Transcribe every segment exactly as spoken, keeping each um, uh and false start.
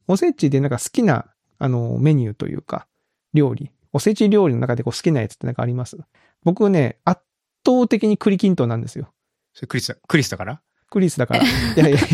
おせちでなんか好きな、あの、メニューというか、料理。おせち料理の中でこう好きなやつってなんかあります？僕ね、圧倒的に栗きんとんなんですよ。 それクリス、クリスだからクリスだから。いやいや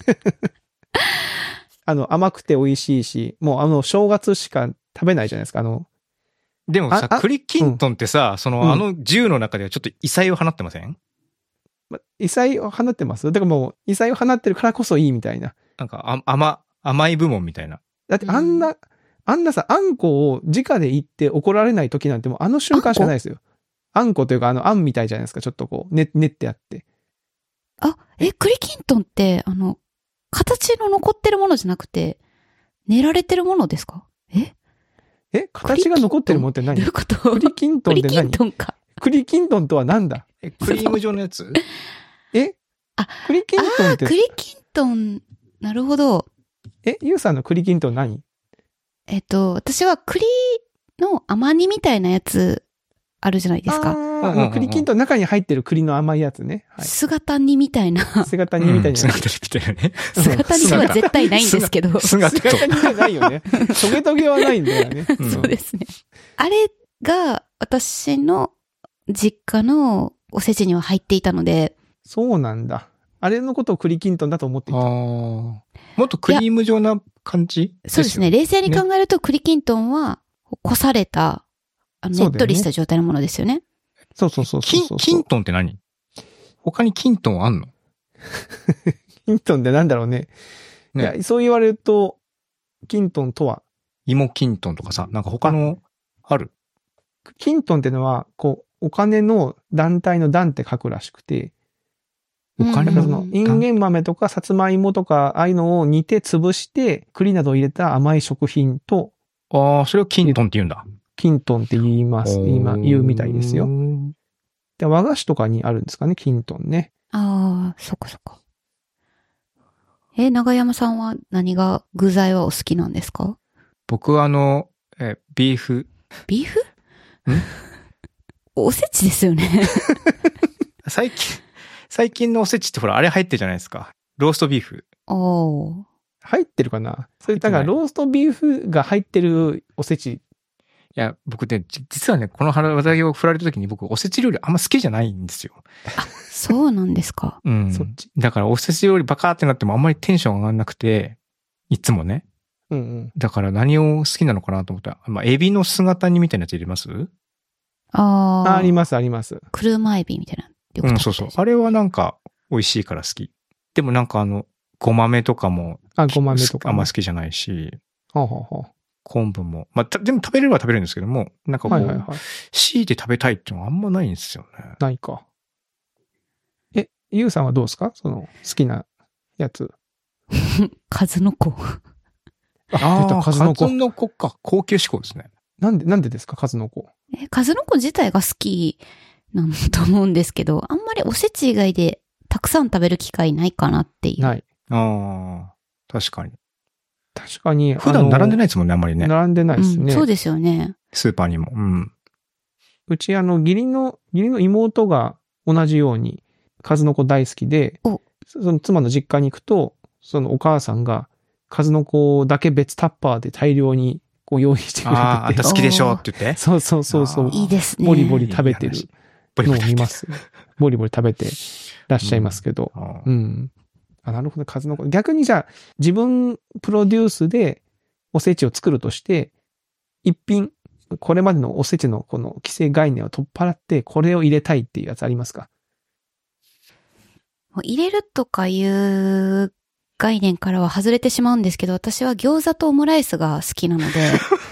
あの、甘くて美味しいし、もうあの、正月しか食べないじゃないですか、あの。 でもさ、栗きんとんってさ、うん、その、うん、あの銃の中ではちょっと異彩を放ってません？ 異彩を放ってます？だからもう、異彩を放ってるからこそいいみたいな。 なんか、あ甘、甘い部門みたいな。 だってあんな、うん、あんなさ、あんこを直で言って怒られない時なんてもうあの瞬間しかないですよ。あんこというかあのあんみたいじゃないですか、ちょっとこう、ね、練ってあって。 あ、え、栗きんとんって、あの、形の残ってるものじゃなくて、練られてるものですか？ええ形が残ってるものって何？ どういうこと？ 栗きんとんって何？ 栗きんとんか。 栗きんとんとは何だ？ え、クリーム状のやつ？ えあ、栗きんとんって。 あ、栗きんとん、なるほど。 え、ゆうさんの栗きんとん何？ えっと、私は栗の甘煮みたいなやつあるじゃないですか。 ああの栗きんとんの中に入ってる栗の甘いやつね。 はい、姿煮みたいな。 姿煮みたいな。 姿煮みたいなね。 姿煮は絶対ないんですけど。 姿煮じゃないよね。トゲトゲはないんだよね。 うん、そうですね。あれが私の実家のおせちには入っていたので。 そうなんだ。あれのことを栗きんとんだと思っていた。あもっとクリーム状な感じ？ そうですね。冷静に考えると栗きんとんは、こされた、あのねっとりした状態のものですよね。 そうそうそうそうそう。 キントンって何？他にキントンあんの？ キントンってなんだろうね。ね、いや、そう言われると、キントンとは芋キントンとかさ、なんか他の、ある？ キントンってのは、こう、お金の団体の団って書くらしくて、 お金のその、インゲン豆とかさつまいもとか、ああいうのを煮て潰して、栗などを入れた甘い食品と、 ああ、それをキントンって言うんだ。 キントンって言います。今、言うみたいですよ。で、和菓子とかにあるんですかね、キントンね。 ああ、そっかそっか。え、長山さんは何が具材はお好きなんですか？ 僕はあの、え、ビーフ。 ビーフ？んおせちですよね。 最近、最近のおせちってほら、あれ入ってるじゃないですか。ローストビーフ。 おー。 入ってるかな？それだからローストビーフが入ってるおせち。 いや、僕ね、実はね、この話題を振られた時に僕、おせち料理あんま好きじゃないんですよ。 あ、そうなんですか。 うん。そっち。だからおせち料理バカーってなってもあんまりテンション上がんなくて、いつもね。 うんうん。 だから何を好きなのかなと思ったら、まあ、エビの姿煮みたいなやつ入れます？ ああ。あります、あります。 車エビみたいな。 うん、そうそう。あれはなんか、美味しいから好き。でもなんかあの、ご豆とかも、 あ、ご豆とか、 ね。あんま好きじゃないし。 はあ、はあはあ、 昆布も。まあ、でも食べれれば食べれるんですけども、なんかこう、はいはいはい、強いて食べたいっていうのはあんまないんですよね。 ないか。え、ゆうさんはどうですか？その、好きなやつ。 数の子。 ああ、数の子。数の子か。高級志向ですね。 なんで、なんでですか？数の子。 え、数の子自体が好きなんだと思うんですけど、あんまりおせち以外でたくさん食べる機会ないかなっていう。 ない。 ああ、確かに。 確かに。 普段並んでないですもんね、あんまりね。 並んでないですね、 うん。そうですよね。 スーパーにも。うん。 うち、あの、義理の、義理の妹が同じように、数の子大好きで、その妻の実家に行くと、そのお母さんが、数の子だけ別タッパーで大量にこう用意してくれてて。 ああ、あんた好きでしょって言って。 そうそうそうそう。 いいですね。 ボリボリ食べてるのを見ます。ボリボリ食べてらっしゃいますけど。うん。うん、あ、なるほど、数の子。逆にじゃあ、自分プロデュースでおせちを作るとして、一品、これまでのおせちのこの既成概念を取っ払って、これを入れたいっていうやつありますか？ もう入れるとかいう概念からは外れてしまうんですけど、私は餃子とオムライスが好きなので。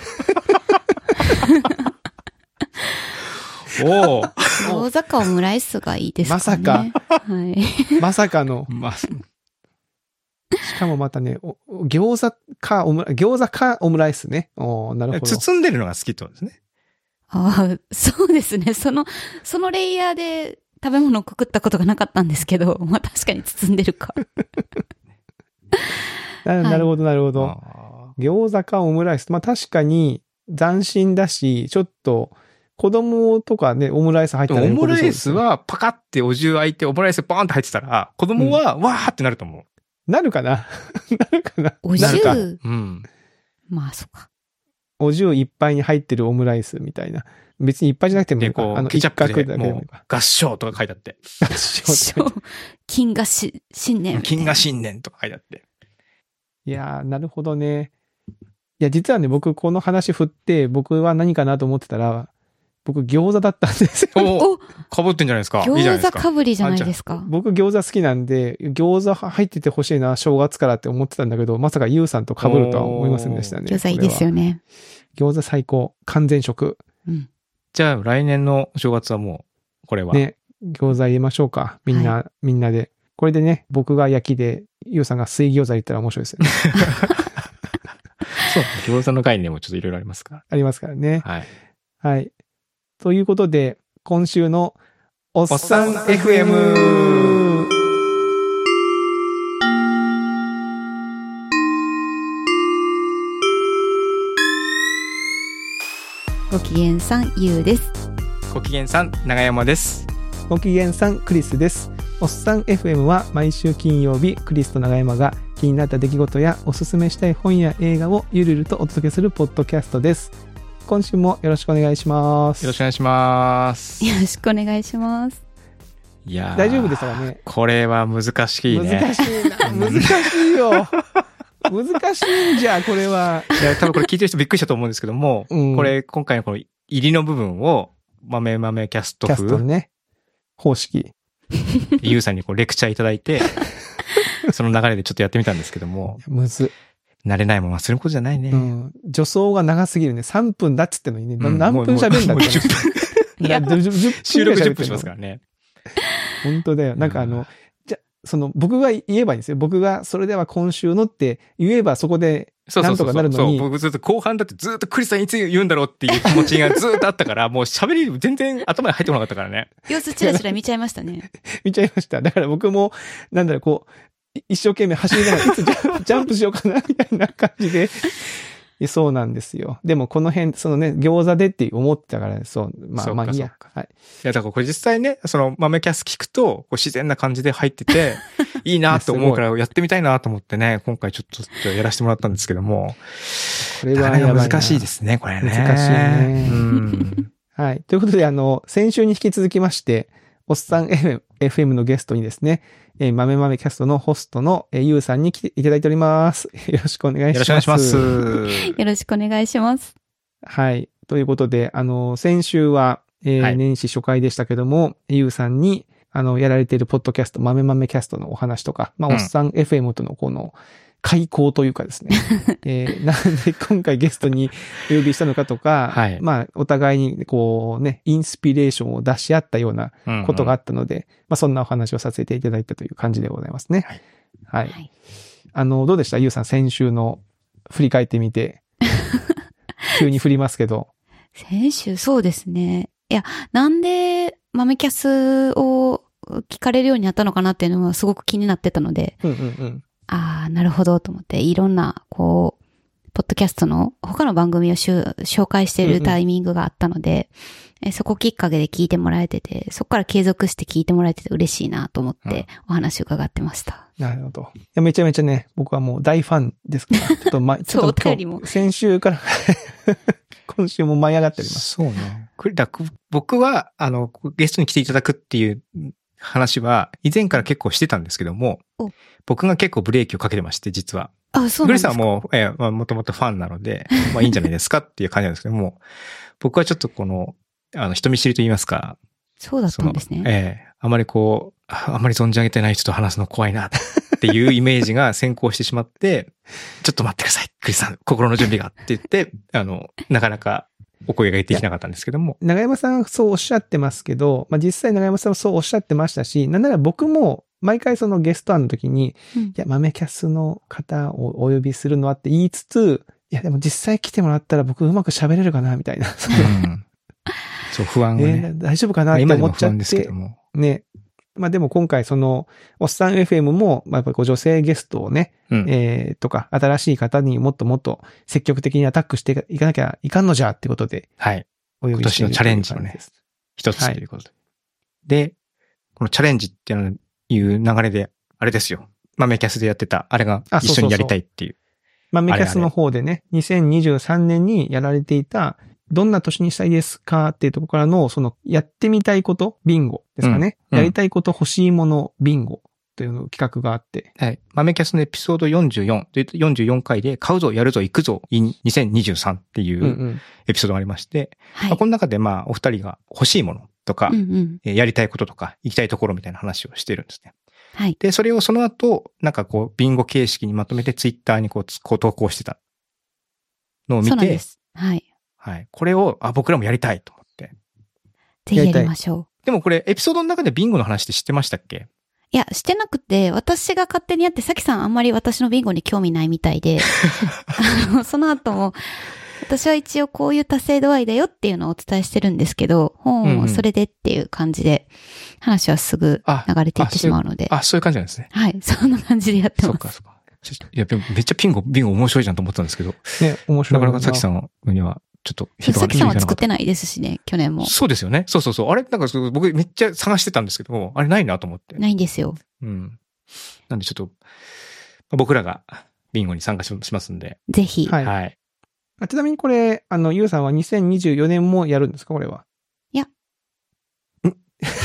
おお。 餃子かオムライスがいいですかね。 まさか。 はい。 まさかの。 ま、しかもまたね、餃子かオムラ、餃子かオムライスね。おなるほど。 包んでるのが好きってことですね。 ああ、そうですね。その、そのレイヤーで食べ物をくくったことがなかったんですけど、まあ確かに包んでるか。 な, なるほど、なるほど。はい、餃子かオムライス。まあ確かに斬新だし、ちょっと子供とかね、オムライス入ったら、 ね、オムライスはパカってお重開いてオムライスバーンって入ってたら、子供はわーってなると思う。 うなるかななるかなおなるか。 重うん。 まあ、そっか。 お重いっぱいに入ってるオムライスみたいな。別にいっぱいじゃなくてもいいで、 か。 こう、 あの、 ケチャップで一角だけでももいいうか。 合唱とか書いてあって。 合唱って金河し新年みたいな。 金河新年とか書いてあって。 いやー、なるほどね。いや、実はね、僕、この話振って、僕は何かなと思ってたら、僕、餃子だったんですよ。 おかぶってんじゃないですか。いいじゃない餃子ですか。 かぶりじゃないですか。 僕、餃子好きなんで、餃子入っててほしいな、正月からって思ってたんだけど、まさかユウさんと被るとは思いませんでしたね。 餃子いいですよね。 餃子最高。完全食。 うん。 じゃあ、来年のお正月はもう、これは。 ね、餃子入れましょうか。みんな、はい、みんなで。これでね、僕が焼きで、ユウさんが水餃子入れたら面白いですよね。 そう、餃子の概念もちょっといろいろありますから。 ありますからね。 はい。 はい。ということで、今週のおっさん エフエム。 ご機嫌さん、ゆうです。 ご機嫌さん、長山です。 ご機嫌さん、クリスです。おっさん エフエム は毎週金曜日、クリスと長山が気になった出来事やおすすめしたい本や映画をゆるゆるとお届けするポッドキャストです。今週もよろしくお願いします。 よろしくお願いします。 よろしくお願いします。 いやー、 大丈夫でしたかね。 これは難しいね。 難しいな。難しいよ。難しいんじゃ、これは。 いや、多分これ聞いてる人びっくりしたと思うんですけども、うん、これ今回のこの入りの部分を、豆豆キャスト風。 キャストね。方式。 ゆうさんにこうレクチャーいただいて、その流れでちょっとやってみたんですけども。 むず。 慣れないまますることじゃないね。 うん。助走が長すぎるね。さんぷんだっつってのにね。うん、何分喋るんだっけ、 じゅっぷん。いや、収録じゅっぷんしますからね。 本当だよ。なんかあの、じゃ、その、僕が言えばいいんですよ。僕が、それでは今週のって言えばそこで、なんとかなるのに。 そうそうそうそう。僕ずっと後半だってずっとクリスさんいつ言うんだろうっていう気持ちがずっとあったから、もう喋り全然頭に入ってこなかったからね。 様子チラチラ見ちゃいましたね。 見ちゃいました。だから僕も、なんだろう、こう、一生懸命走りながらいつジャ, ジャンプしようかなみたいな感じで。そうなんですよ。でもこの辺、そのね、餃子でって思ってたから、ね、そう、まあまあいいや。はい。 いや、だからこれ実際ね、その豆キャス聞くと、こう自然な感じで入ってて、いいなと思うからやってみたいなと思ってね、今回ちょっとやらせてもらったんですけども。これは難しいですね、これね。 難しいね。うん。はい。ということで、あの、先週に引き続きまして、おっさん エフエム のゲストにですね、えー、豆豆キャストのホストの、えー、ゆうさんに来ていただいております。よろしくお願いします。 よろしくお願いします。 よろしくお願いします。 はい。ということで、あの、先週は、えーはい、年始初回でしたけども、ゆうさんに、あの、やられているポッドキャスト、豆豆キャストのお話とか、まあ、うん、おっさん エフエム とのこの、開口というかですね。えー、なんで今回ゲストにお呼びしたのかとか、はい、まあ、お互いにこうね、インスピレーションを出し合ったようなことがあったので、うんうん、まあ、そんなお話をさせていただいたという感じでございますね。はい。はい、あの、どうでしたゆうさん、先週の振り返ってみて。急に振りますけど。 先週、そうですね。いや、なんで豆キャスを聞かれるようになったのかなっていうのはすごく気になってたので、 うんうんうん、 ああ、なるほどと思って、いろんな、こう、ポッドキャストの他の番組を紹介しているタイミングがあったので、うんうん、そこきっかけで聞いてもらえてて、そこから継続して聞いてもらえてて嬉しいなと思ってお話を伺ってました。 うん、なるほど。いや、めちゃめちゃね、僕はもう大ファンですから、ちょっとま、ちょっと今日先週から今週も舞い上がっております。 そうね。僕は、あの、ゲストに来ていただくっていう話は以前から結構してたんですけども、僕が結構ブレーキをかけてまして、実は。 あ、そうなんですか。 グリさんはもう、えー、まあ、もともとファンなので、まあいいんじゃないですかっていう感じなんですけども、僕はちょっとこの、あの、人見知りと言いますか。 そうだったんですね。 ええー、あまりこう、あまり存じ上げてない人と話すの怖いなっていうイメージが先行してしまって、ちょっと待ってください、グリさん、心の準備がって言って、あの、なかなか、お声ができなかったんですけども。 長山さんはそうおっしゃってますけど、まあ、実際長山さんはそうおっしゃってましたし、なんなら僕も毎回そのゲスト案の時に、うん、いや、豆キャスの方をお呼びするのはって言いつつ、いや、でも実際来てもらったら僕うまく喋れるかなみたいな。うん、 そう、不安がね、 えー。大丈夫かなって思っちゃって。今でも不安ですけども。ね。まあでも今回その、おっさん エフエム も、まあやっぱりこう女性ゲストをね、うん、えー、とか、新しい方にもっともっと積極的にアタックしていかなきゃいかんのじゃっていうことで。 はい。お呼びしている今年のチャレンジのね、一つということで。はい、で、このチャレンジっていう流れで、あれですよ。 豆キャスでやってた、あれが一緒にやりたいっていう。 豆キャスの方でね、にせんにじゅうさんねんにやられていた、どんな年にしたいですかっていうところからの、その、やってみたいこと、ビンゴですかね。うん、やりたいこと欲しいもの、ビンゴという企画があって。 はい。豆キャスのエピソードよんじゅうよん、よんじゅうよんかいで、買うぞ、やるぞ、行くぞ、in にせんにじゅうさんっていうエピソードがありまして、うんうんまあ、この中でまあ、お二人が欲しいものとか、うんうん、やりたいこととか、行きたいところみたいな話をしてるんですね。 はい。 で、それをその後、なんかこう、ビンゴ形式にまとめてツイッターにこう、こう投稿してたのを見て、 そうなんです。はい。 はい。これを、あ、僕らもやりたいと思って。 ぜひやりましょう。でもこれ、エピソードの中でビンゴの話って知ってましたっけ？ いや、してなくて、私が勝手にやって、さきさんあんまり私のビンゴに興味ないみたいで、あの、その後も、私は一応こういう達成度合いだよっていうのをお伝えしてるんですけど、本をそれでっていう感じで、話はすぐ流れていってしまうので。 あ、そういう感じなんですね。 はい、そんな感じでやってます。そうか、そうか。 いや、めっちゃピンゴ、ビンゴ面白いじゃんと思ったんですけど。 ね、面白い。 なかなかさきさんには、ちょっとひどい。さきさんは作ってないですしね、去年も。 そうですよね。そうそうそう。あれなんか僕めっちゃ探してたんですけど、あれないなと思って。 ないんですよ。 うん。なんでちょっと、僕らがビンゴに参加しますんで。 ぜひ。 はい。はい。 ちなみにこれ、あの、ゆうさんはにせんにじゅうよねんもやるんですかこれは。 いや。 ん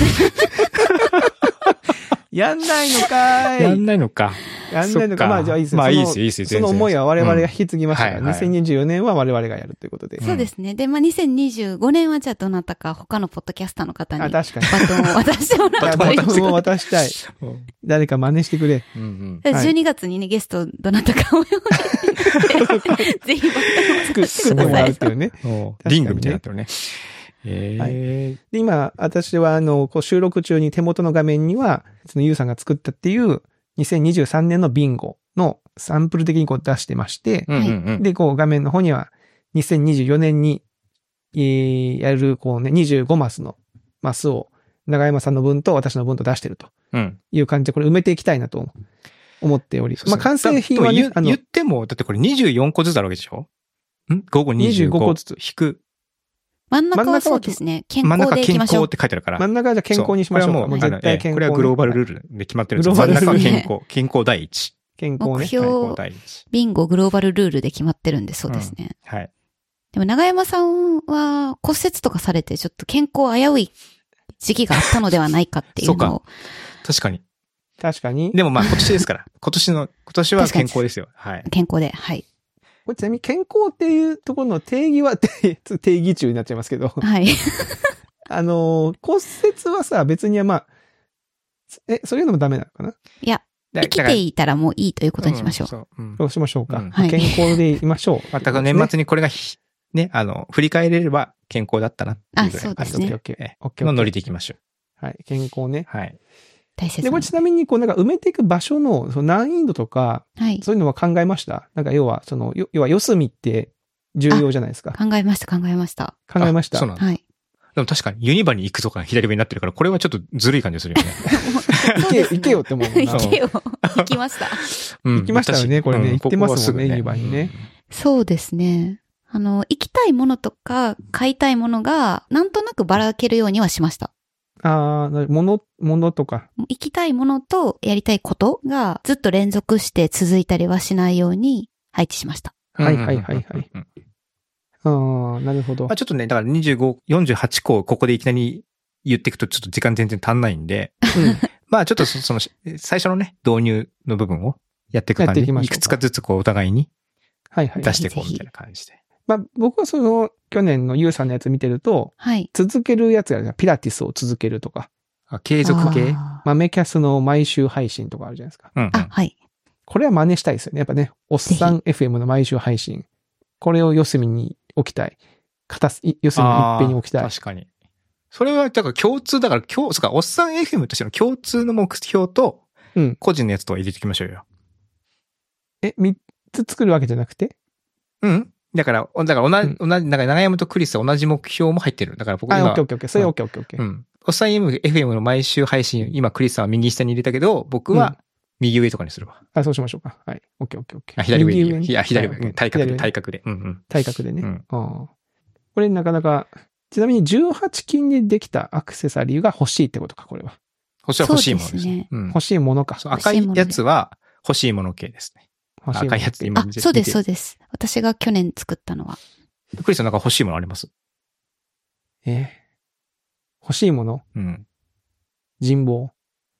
やんないのかい。 やんないのか。 やんないのか。まあじゃあいいですよ。 まあいいですよ、いいですよ。 その思いは我々が引き継ぎましたから、うんはいはい、にせんにじゅうよねんは我々がやるということで。 そうですね。で、まあにせんにじゅうごねんはじゃあどなたか他のポッドキャスターの方にあ、確かにバトンを渡してもらって。 バトンを渡したい。誰か真似してくれ。 うんうん、じゅうにがつにね、ゲストどなたかを呼んで、ぜひバトンを作ってもらうっていうね。 リングみたいになってるね。えーはい、 で今、私は、あの、こう収録中に手元の画面には、そのユウさんが作ったっていう、にせんにじゅうさんねんのビンゴのサンプル的にこう出してまして、 うんうんうん、 で、こう画面の方には、にせんにじゅうよねんに、えー、やる、こうね、にじゅうごマスのマスを、長山さんの分と私の分と出してるという感じで、これ埋めていきたいなと思っており、 うん、 まあ、完成品はね、 あの、言っても、だってこれにじゅうよんこずつあるわけでしょ？ん ?ご 個にじゅうごこずつ。引く。 真ん中はそうですね。健康でいきましょう。 真ん中健康って書いてあるから。 真ん中はじゃあ健康にしましょうか。 これはもう、絶対健康、ね。これはグローバルルールで決まってるんですよ。 グローバルルール。 真ん中は健康。健康第一。 健康ね。 目標、ビンゴグローバルルールで決まってるんで、そうですね。 うん、はい。 でも長山さんは骨折とかされて、ちょっと健康危うい時期があったのではないかっていうのを。 そうか。確かに。 確かに。 でもまあ今年ですから。今年の、今年は健康ですよ。はい。 健康で、はい。 これちなみに健康っていうところの定義は定義中になっちゃいますけど。 はい。 あの、骨折はさ、別にはまあ、え、そういうのもダメなのかな？ いや、生きていたらもういいということにしましょう。うん、 そう、うん、そうしましょうか。 うん、 健康でいましょう。 また年末にこれがね、あの、振り返れれば健康だったなっていうぐらい。 あ、そうですね。 オッケーオッケー。オッケーのノリでいきましょう。はい。健康ね。 はい。 大切で、これちなみに、こう、なんか埋めていく場所の、その難易度とか、はい。そういうのは考えました？なんか要は、その、要は四隅って重要じゃないですか。 考えました、考えました。 考えました。 そうなんだ。 はい。 でも確かにユニバに行くとか左上になってるから、これはちょっとずるい感じするよね。 行け、行けよって思うもんな。 行けよ。行きました。 うん、行きましたよね、これね。行ってますもんね、ユニバにね。 そうですね。あの、行きたいものとか買いたいものが、なんとなくばらけるようにはしました。 ああ、もの、ものとか。 行きたいものとやりたいことがずっと連続して続いたりはしないように配置しました。 はいはいはいはい。ああ、なるほど。 まあちょっとね、だからにじゅうご、よんじゅうはちこをここでいきなり言っていくとちょっと時間全然足んないんで、うん、まあちょっとその、最初のね、導入の部分をやっていく感じで、いくつかずつこうお互いに出していこうみたいな感じで。 まあ僕はその、去年のユウさんのやつ見てると、 はい。 続けるやつがピラティスを続けるとか。 あ、継続系豆キャスの毎週配信とかあるじゃないですか。 うん、うん。 あ、はい。 これは真似したいですよね。やっぱね、おっさん エフエム の毎週配信。これを四隅に置きたい。片す、四隅に一辺に置きたい。 確かに。それは、だから共通だから、今日、そうか、おっさん エフエム としての共通の目標と、うん。個人のやつとは入れていきましょうよ。 え、三つ作るわけじゃなくて？ うん。だから、だから同じ、うん、同じ、だから長山とクリスは同じ目標も入ってる。だから僕今。 あ、オッケーオッケーオッケー。それオッケーオッケーオッケー。 うん。おっさん エフエム の毎週配信、今クリスさんは右下に入れたけど、僕は右上とかにするわ。 うん、あ、そうしましょうか。はい。オッケーオッケーオッケー。 あ、左上に。いや、左上。対角で、対角で。うんうん。 対角でね。うん。あこれなかなか、ちなみにじゅうはち金でできたアクセサリーが欲しいってことか、これは。 それは欲しいものです。 そうですね。 うん、 欲しいものか。 赤いやつは欲しいもの系ですね。 欲しいもの。 赤いやつ今あ、そうです、そうです。私が去年作ったのは。 クリスさんなんか欲しいものあります？ えー、欲しいもの？ うん。 人望。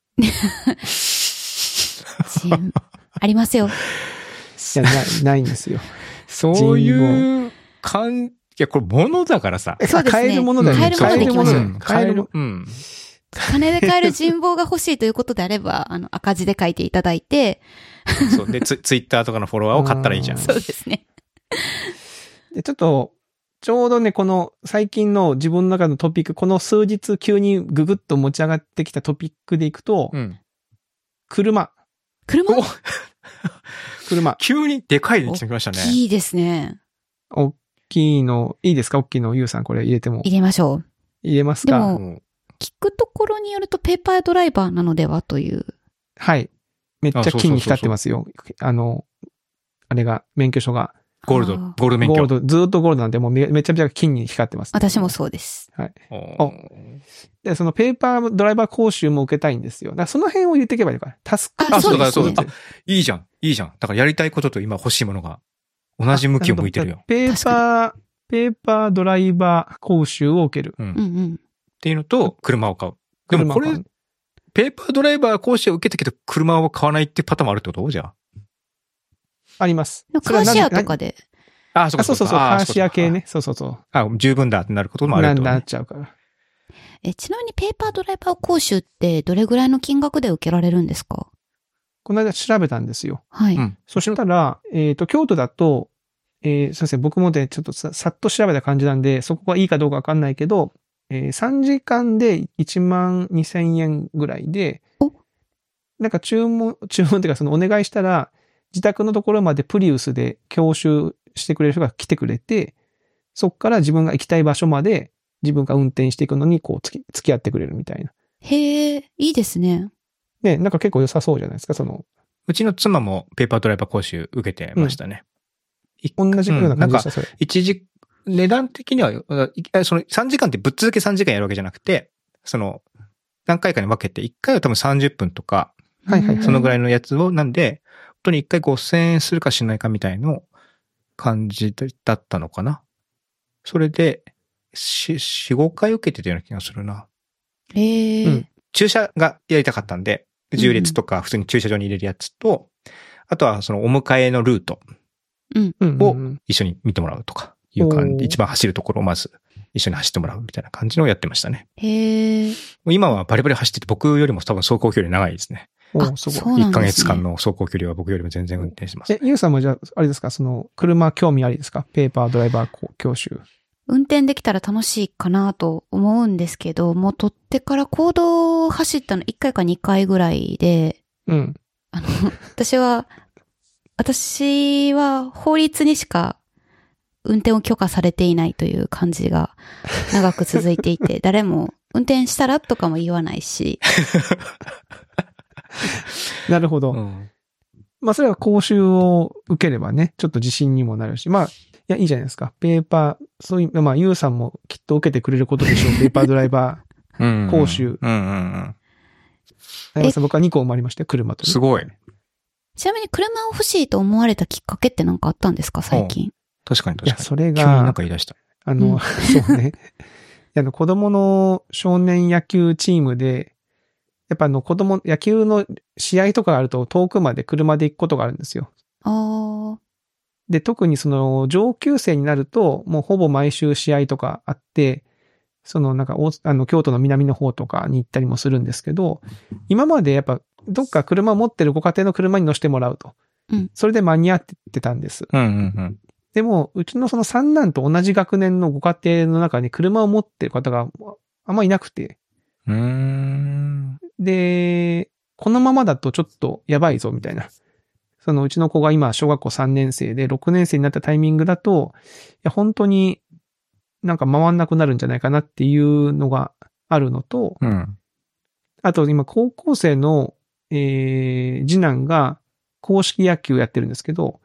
人ありますよ。 いや、ない、ないんですよ。 そういう感、いや、これ物だからさ。 そうですね。 買えるものだよね。 買えるものでいきましょう。 買えるもの。 うん。 金で買える人望が欲しいということであれば、あの、赤字で書いていただいて。 そう。で、ツ、ツイッターとかのフォロワーを買ったらいいじゃん。 そうですね。 で、ちょっと、ちょうどね、この最近の自分の中のトピック、この数日急にググッと持ち上がってきたトピックでいくと、 うん。 車。 車車。 急にでかいの来てきましたね。 いいですね。 大きいの、いいですか？大きいの、ゆうさんこれ入れても。 入れましょう。 入れますか？ でも、聞くところによるとペーパードライバーなのではという。 はい。めっちゃ金に光ってますよ。あの、あれが、免許証が。 ゴールド、ゴールド免許。 ゴールド、ずーっとゴールドなんで、もうめめちゃめちゃ金に光ってます、ね。 私もそうです。 はい。おで、そのペーパードライバー講習も受けたいんですよ。だからその辺を入れていけばいいのかな。タスク。 あ、そうだ、 そうだ。いいじゃん。いいじゃん。だからやりたいことと今欲しいものが同じ向きを向いてるよ。 ペーパー、ペーパードライバー講習を受ける。 うん。 うんうん。 っていうのと、車を買う。でもこれ、ペーパードライバー講習を受けたけど、車を買わないっていうパターンもあるってことじゃあ。 あります。 カーシェアとかで。 あ、そうそうそう。 カーシェア系ね。そうそうそう。 あ、十分だってなることもあるってことね。 なっちゃうから。 え、ちなみにペーパードライバー講習ってどれぐらいの金額で受けられるんですか？ この間調べたんですよ。 はい。 うん、 そしたら、えっと、京都だと、えー、すいません、僕もね、ちょっとさ、さっと調べた感じなんで、そこがいいかどうかわかんないけど、えー、さんじかんでいちまんにせんえんぐらいで、 おなんか注文、注文っていうかそのお願いしたら、自宅のところまでプリウスで教習してくれる人が来てくれて、そこから自分が行きたい場所まで自分が運転していくのにこう付き、付き合ってくれるみたいな。 へえ、いいですね。 ね、なんか結構良さそうじゃないですか、その。 うちの妻もペーパードライバー講習受けてましたね。 うん、同じような感じでした、それ。 一時、値段的には、そのさんじかんってぶっ続けさんじかんやるわけじゃなくて、その、何回かに分けて、いっかいは多分さんじゅっぷんとか、 はいはいはい。 そのぐらいのやつを、なんで、本当にいっかいごせんえんするかしないかみたいな感じだったのかな。それで、し、よん、ごかい受けてたような気がするな。 へえ、うん。 駐車がやりたかったんで、縦列とか普通に駐車場に入れるやつと、うん、あとはそのお迎えのルートを一緒に見てもらうとかいう感じ、一番走るところをまず一緒に走ってもらうみたいな感じのをやってましたね。 へえ。 今はバリバリ走ってて僕よりも多分走行距離長いですね。 あ、そうなんですね。 いっかげつかんの走行距離は僕よりも全然運転してます。 え、ゆうさんもじゃあ、あれですか、その、車興味ありですか？ペーパードライバー教習。 運転できたら楽しいかなと思うんですけど、もう取ってから公道を走ったのいっかいかにかいぐらいで、 うん。 あの、私は、私は法律にしか運転を許可されていないという感じが長く続いていて、誰も運転したらとかも言わないし。 なるほど。 うん、 まあそれは講習を受ければね、ちょっと自信にもなるし、まあ、いや、いいじゃないですか。ペーパー、そういう、まあ、ゆうさんもきっと受けてくれることでしょう。ペーパードライバー講習。 うんうんうんうん。僕はにこ生まれましたよ、車と、ね。 すごい。 ちなみに車を欲しいと思われたきっかけって何かあったんですか、最近。 確かに確かに。 いや、それが、 急になんか言い出した。 あの、うん、そうね。あの、子供の少年野球チームで、やっぱあの、子供、野球の試合とかがあると遠くまで車で行くことがあるんですよ。 ああ。 で、特にその上級生になると、もうほぼ毎週試合とかあって、そのなんか、あの、京都の南の方とかに行ったりもするんですけど、今までやっぱ、どっか車を持ってるご家庭の車に乗せてもらうと。 うん。 それで間に合ってたんです。 うんうんうん。 でも、うちのその三男と同じ学年のご家庭の中に車を持ってる方があんまいなくて。 うーん。 で、このままだとちょっとやばいぞ、みたいな。そのうちの子が今小学校さんねん生でろくねん生になったタイミングだと、いや本当になんか回んなくなるんじゃないかなっていうのがあるのと、 うん、 あと今高校生の、えー、次男が硬式野球やってるんですけど、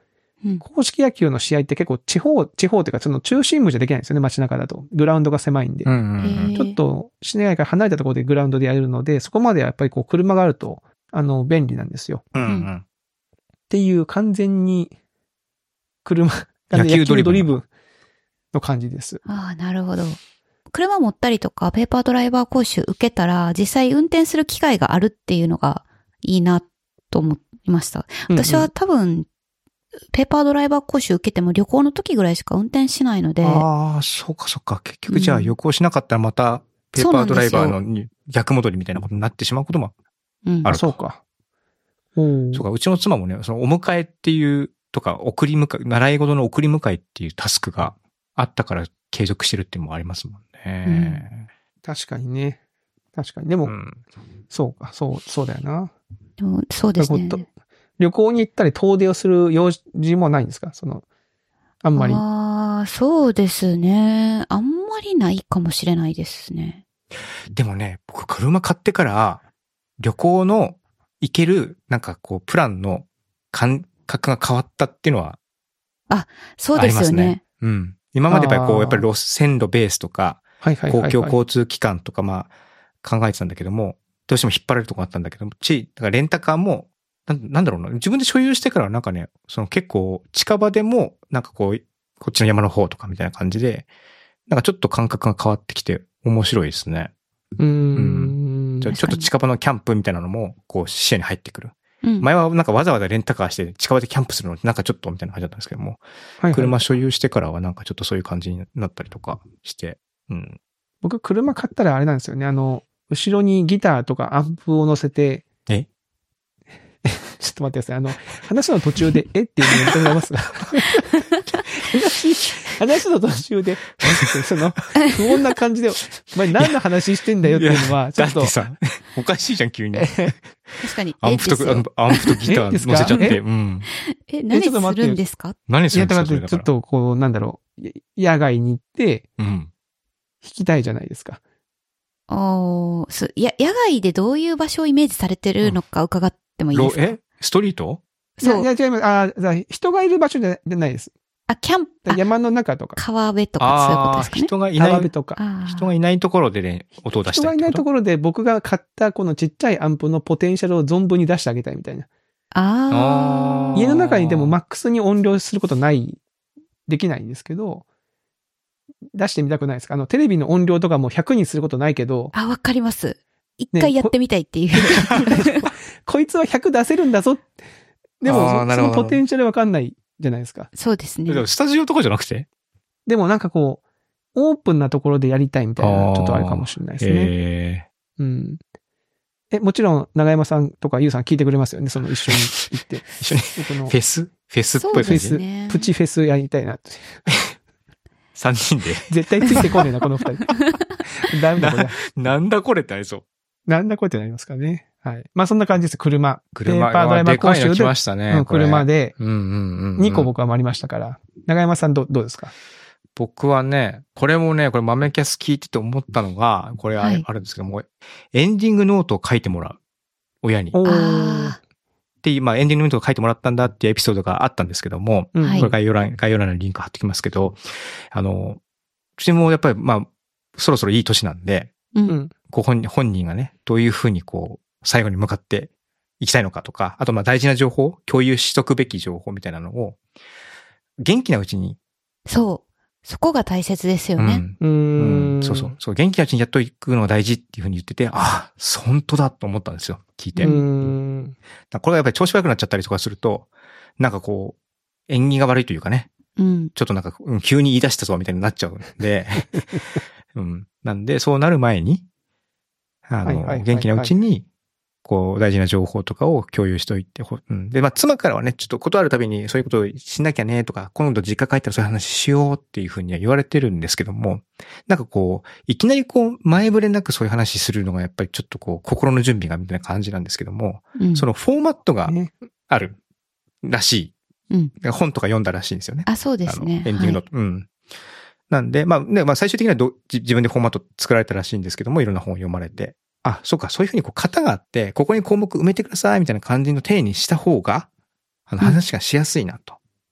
うん公式野球の試合って結構地方、地方っていうかその中心部じゃできないんですよね、街中だと。グラウンドが狭いんで。 うんうんうん。 へーちょっと市内から離れたところでグラウンドでやれるので、そこまでやっぱりこう車があると、あの、便利なんですよ。 うんうん。 っていう完全に車、 野球ドリブン野球ドリブンの感じです。 ああ、なるほど。車持ったりとか、ペーパードライバー講習受けたら、実際運転する機会があるっていうのがいいなと思いました。私は多分、ペーパードライバー講習受けても旅行の時ぐらいしか運転しないので。 ああ、そうかそうか。結局じゃあ旅行しなかったらまた、ペーパードライバーの逆戻りみたいなことになってしまうこともうん、 ある。 そうか。おそうか、うちの妻もね、そのお迎えっていうとか、送り迎え、習い事の送り迎えっていうタスクがあったから継続してるっていうのもありますもんね。 確かにね。確かに。でも、 うん、 そうか、そう、そうだよな。 でもそうですね。 旅行に行ったり遠出をする用事もないんですか？その、あんまり。 ああ、そうですね。あんまりないかもしれないですね。 でもね、僕車買ってから旅行の行けるなんかこうプランの感覚が変わったっていうのはあそうですよね。 りますね。うん。今までやっぱりこう、 あーやっぱり路線路ベースとか、 はいはいはい、はい。 公共交通機関とかまあ考えてたんだけども、どうしても引っ張られるとこあったんだけども、ち、だからレンタカーもな、なんだろうな、自分で所有してからはなんかね、その結構近場でもなんかこう、こっちの山の方とかみたいな感じで、なんかちょっと感覚が変わってきて面白いですね。 うーん。 ちょっと近場のキャンプみたいなのもこう視野に入ってくる。 うん、 前はなんかわざわざレンタカーして近場でキャンプするのってなんかちょっとみたいな感じだったんですけども、 はいはい、 車所有してからはなんかちょっとそういう感じになったりとかして、うん。 僕車買ったらあれなんですよね。あの、後ろにギターとかアンプを乗せて、 えちょっと待ってください。あの、話の途中で、えっていうのを言ってもらえますか話、話の途中で、その、不穏な感じで、お前何の話してんだよっていうのは、ちょっと。 だってさ、おかしいじゃん、急に。 確かに。 アンプと、アンプとギター乗せちゃって。うん。 え、何するんですか？ 何するんですか？ いや、待って、ちょっとこう、なんだろう、野外に行って、うん。弾きたいじゃないですか。 おー、す、や、野外でどういう場所をイメージされてるのか伺ってもいいですか？ えストリート？ そう。いや、違います。ああ、人がいる場所じゃないです。 あ、キャンプ。 山の中とか。 川辺とかそういうことですかね。 人がいない。 川辺とか。 人がいないところでね、音を出したい。 人がいないところで僕が買ったこのちっちゃいアンプのポテンシャルを存分に出してあげたいみたいな。 ああ。 家の中にでもマックスに音量することない、できないんですけど、出してみたくないですか？あの、テレビの音量とかもひゃくにすることないけど。 あ、わかります。一回やってみたいっていう。 ね、こ, こいつはひゃく出せるんだぞ。でもそ、そのポテンシャルわかんないじゃないですか。 そうですね。 でもスタジオとかじゃなくて？ でもなんかこう、オープンなところでやりたいみたいな、ちょっとあるかもしれないですね。 へうん。え、もちろん、長山さんとかゆうさん聞いてくれますよね。その一緒に行って。 一緒に。フェスフェスっぽい感じ。フェス、プチフェスやりたいなって。 三人で。 絶対ついてこねえな、この二人。ダメだこれ。 なんだこれってありそう。 なんだこれってなりますかね。はい。まあそんな感じです。車。 車。 ペーパードライバー講習で。 来ましたね。 うん、車で。 うんうんうん。 にこ僕は回りましたから。長山さんど、どうですか？ 僕はね、これもね、これ豆キャス聞いてて思ったのが、これあるんですけども、はい、エンディングノートを書いてもらう。親に。 おー。 っていう、まあエンディングノートを書いてもらったんだっていうエピソードがあったんですけども、うん、これ概要欄、概要欄にリンク貼ってきますけど、あの、うちもやっぱりまあ、そろそろいい年なんで、 うん、 ご本人、本人がね、どういうふうにこう、最後に向かっていきたいのかとか、あとまあ大事な情報、共有しとくべき情報みたいなのを、元気なうちに。 そう。そこが大切ですよね。 うん。 うん、そうそう。そう、元気なうちにやっといくのが大事っていうふうに言ってて、ああ、本当だと思ったんですよ。聞いて。 うんこれがやっぱり調子悪くなっちゃったりとかすると、なんかこう、縁起が悪いというかね。 うん。 ちょっとなんか、うん、急に言い出したぞみたいになっちゃうんで。うん。なんで、そうなる前に、あの、元気なうちに、こう、大事な情報とかを共有しておいて、うん。で、まあ、妻からはね、ちょっとことあるたびにそういうことをしなきゃね、とか、今度実家帰ったらそういう話しようっていうふうには言われてるんですけども、なんかこう、いきなりこう、前触れなくそういう話するのがやっぱりちょっとこう、心の準備がみたいな感じなんですけども、うん、そのフォーマットがあるらしい。うん。本とか読んだらしいんですよね。 あ、そうですね。 エンディングの、はい、うん。なんで、まあね、まあ最終的にはど自分でフォーマット作られたらしいんですけども、いろんな本を読まれて。あ、そうか、そういうふうにこう型があって、ここに項目埋めてくださいみたいな感じの体にした方が、あの話がしやすいなと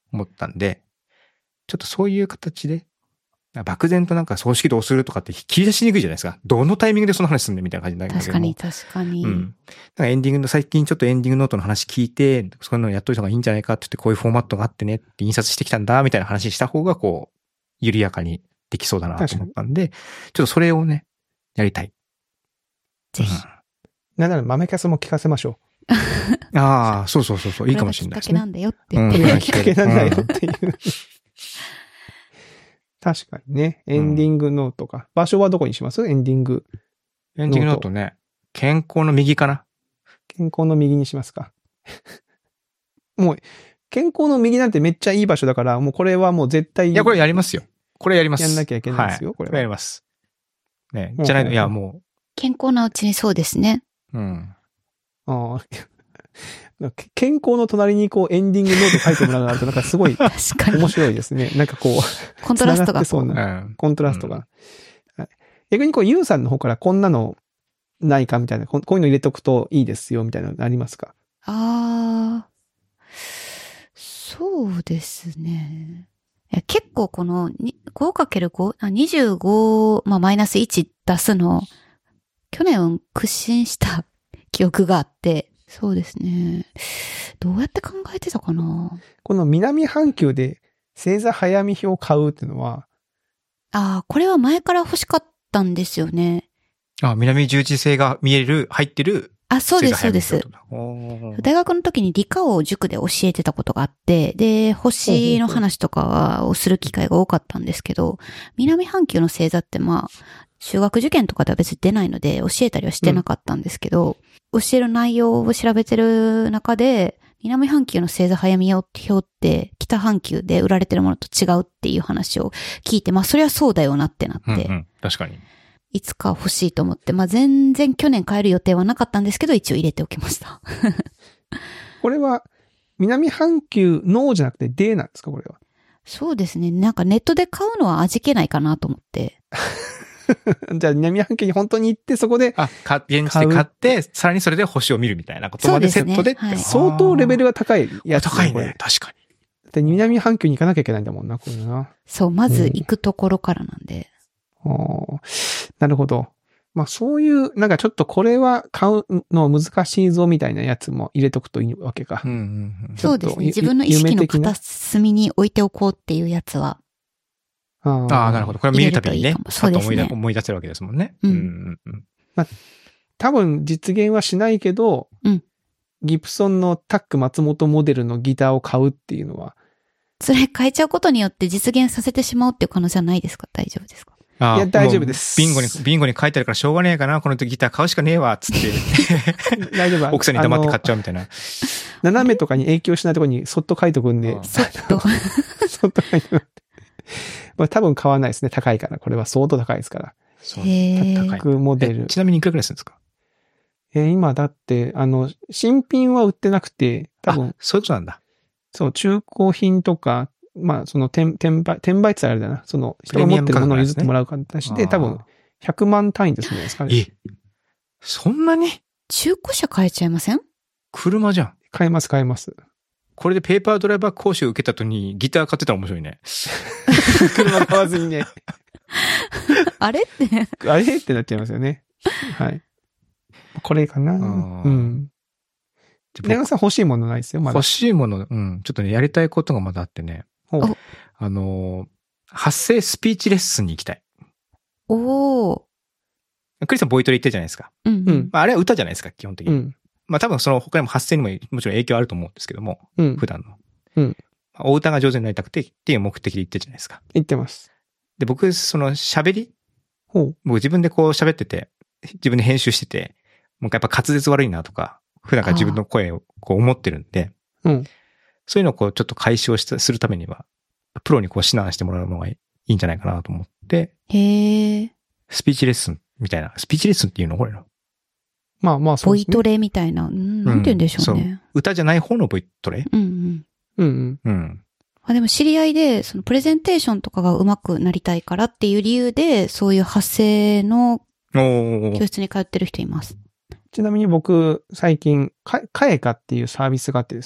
思ったんで、ちょっとそういう形で、漠然となんか葬式どうするとかって切り出しにくいじゃないですか。どのタイミングでその話すんねんみたいな感じになるんだけど。 確かに確かに。 うん。だからエンディングの、最近ちょっとエンディングノートの話聞いて、そういうのやっといた方がいいんじゃないかって言って、こういうフォーマットがあってねって印刷してきたんだ、みたいな話した方が、こう、緩やかにできそうだなと思ったんで、ちょっとそれをね、やりたい。 ぜひ。 うん、 なんなら豆キャスも聞かせましょう。ああ、そうそうそうそう、いいかもしれないですね。 これがきっかけなんだよって言って。 う。これがきっかけなんだよっていう。確かにね。エンディングノートか。場所はどこにします？エンディング。 エンディングノートね。健康の右かな。 健康の右にしますか。もう、健康の右なんてめっちゃいい場所だから、もうこれはもう絶対。 いや、これやりますよ。これやります。 やんなきゃいけないですよ、 はい、 これは。 これやります。ね。じゃないの、いや、もう。 健康なうちにそうですね。 うん。 ああ。健康の隣にこうエンディングノート書いてもらうのとなんかすごい面白いですね。なんかこう。 コントラストがそうな、コントラストが。うん、逆にこうユウさんの方からこんなのないかみたいな、こういうの入れとくといいですよみたいなのありますか？ ああ。そうですね。いや結構この ごかけるご、あ、にじゅうご、まあマイナスいち出すの、去年屈伸した記憶があって、そうですね。どうやって考えてたかな。 この南半球で星座早見表を買うっていうのは、 ああ、これは前から欲しかったんですよね。 あ、南十字星が見える、入ってる。 あ、そうです、そうです。大学の時に理科を塾で教えてたことがあって、で、星の話とかをする機会が多かったんですけど、南半球の星座ってまあ、中学受験とかでは別に出ないので教えたりはしてなかったんですけど、うん、教える内容を調べてる中で、南半球の星座早見表って北半球で売られてるものと違うっていう話を聞いて、まあそれはそうだよなってなって。 うんうん、確かに。 いつか欲しいと思って、まあ全然去年買える予定はなかったんですけど、一応入れておきました。 これは南半球ノーじゃなくてデーなんですか、これは。 そうですね。なんかネットで買うのは味気ないかなと思って。 じゃあ南半球に本当に行ってそこで。 あ、現地で買って、さらにそれで星を見るみたいなことまでセットで。 そうですね。はい、 相当レベルが高いやつ、 ね。高いね。確かに。 で南半球に行かなきゃいけないんだもんな、これな。 そう、まず行くところからなんで。 うん、なるほど。まあそういう、なんかちょっとこれは買うの難しいぞみたいなやつも入れとくといいわけか。 うんうんうん、 そうですね。自分の意識の片隅に置いておこうっていうやつは。 ああ、なるほど。これ見るたびにね、 そうですね。 思い出せるわけですもんね。 うん。うんうん、まあ、多分実現はしないけど、 うん、 ギブソンのタック松本モデルのギターを買うっていうのは。 それ変えちゃうことによって実現させてしまうっていう可能性はないですか？大丈夫ですか？ いや、大丈夫です。 ビンゴに、ビンゴに書いてあるからしょうがねえかな、このギター買うしかねえわ、つって。大丈夫。奥さんに黙って買っちゃうみたいな。 斜めとかに影響しないところにそっと書いとくんで。 そっと。 そっと書いとく。まあ多分買わないですね。高いから。これは相当高いですから。 そう。 高い。モデル。 ちなみにいくらくらいするんですか？ えー、今だって、あの、新品は売ってなくて、多分。 そういうことなんだ。 そう、中古品とか、まあ、その、転、転売、転売ってあれだな。その、人が持ってるものを譲ってもらう形で、多分、ひゃくまん単位ですね。 え、そんなに？ 中古車買えちゃいません？ 車じゃん。 買えます、買えます。 これでペーパードライバー講習受けた後にギター買ってたら面白いね。 車買わずにね。 あれって。 あれってなっちゃいますよね。はい。これかな。うん。ネガさん欲しいものないですよ、まだ。 欲しいもの、うん。ちょっとね、やりたいことがまだあってね。あの、発声スピーチレッスンに行きたい。 おー。 クリスさんボイトレ言ってるじゃないですか。 うんうん。 まあ、あれは歌じゃないですか、基本的に。 うん。 まあ多分その他にも発声にももちろん影響あると思うんですけども。 うん。 普段の。 うん。 お歌が上手になりたくてっていう目的で言ってるじゃないですか。 言ってます。 で、僕、その喋りほう。 僕自分でこう喋ってて、自分で編集してて、もうやっぱ滑舌悪いなとか、普段から自分の声をこう思ってるんで、 うん。 そういうのをこうちょっと解消したするためには、プロにこう指南してもらうのがいいんじゃないかなと思って、 へー。 スピーチレッスンみたいな、スピーチレッスンっていうのこれの。 まあまあそうですね。 ボイトレみたいな、うん、なんて言うんでしょうね。 そう。歌じゃない方のボイトレ？ うんうん。 うんうん。 うん。 あ、でも知り合いで、そのプレゼンテーションとかが上手くなりたいからっていう理由で、そういう発声の教室に通ってる人います。 ちなみに僕、最近、か、かえかっていうサービスがあってですね。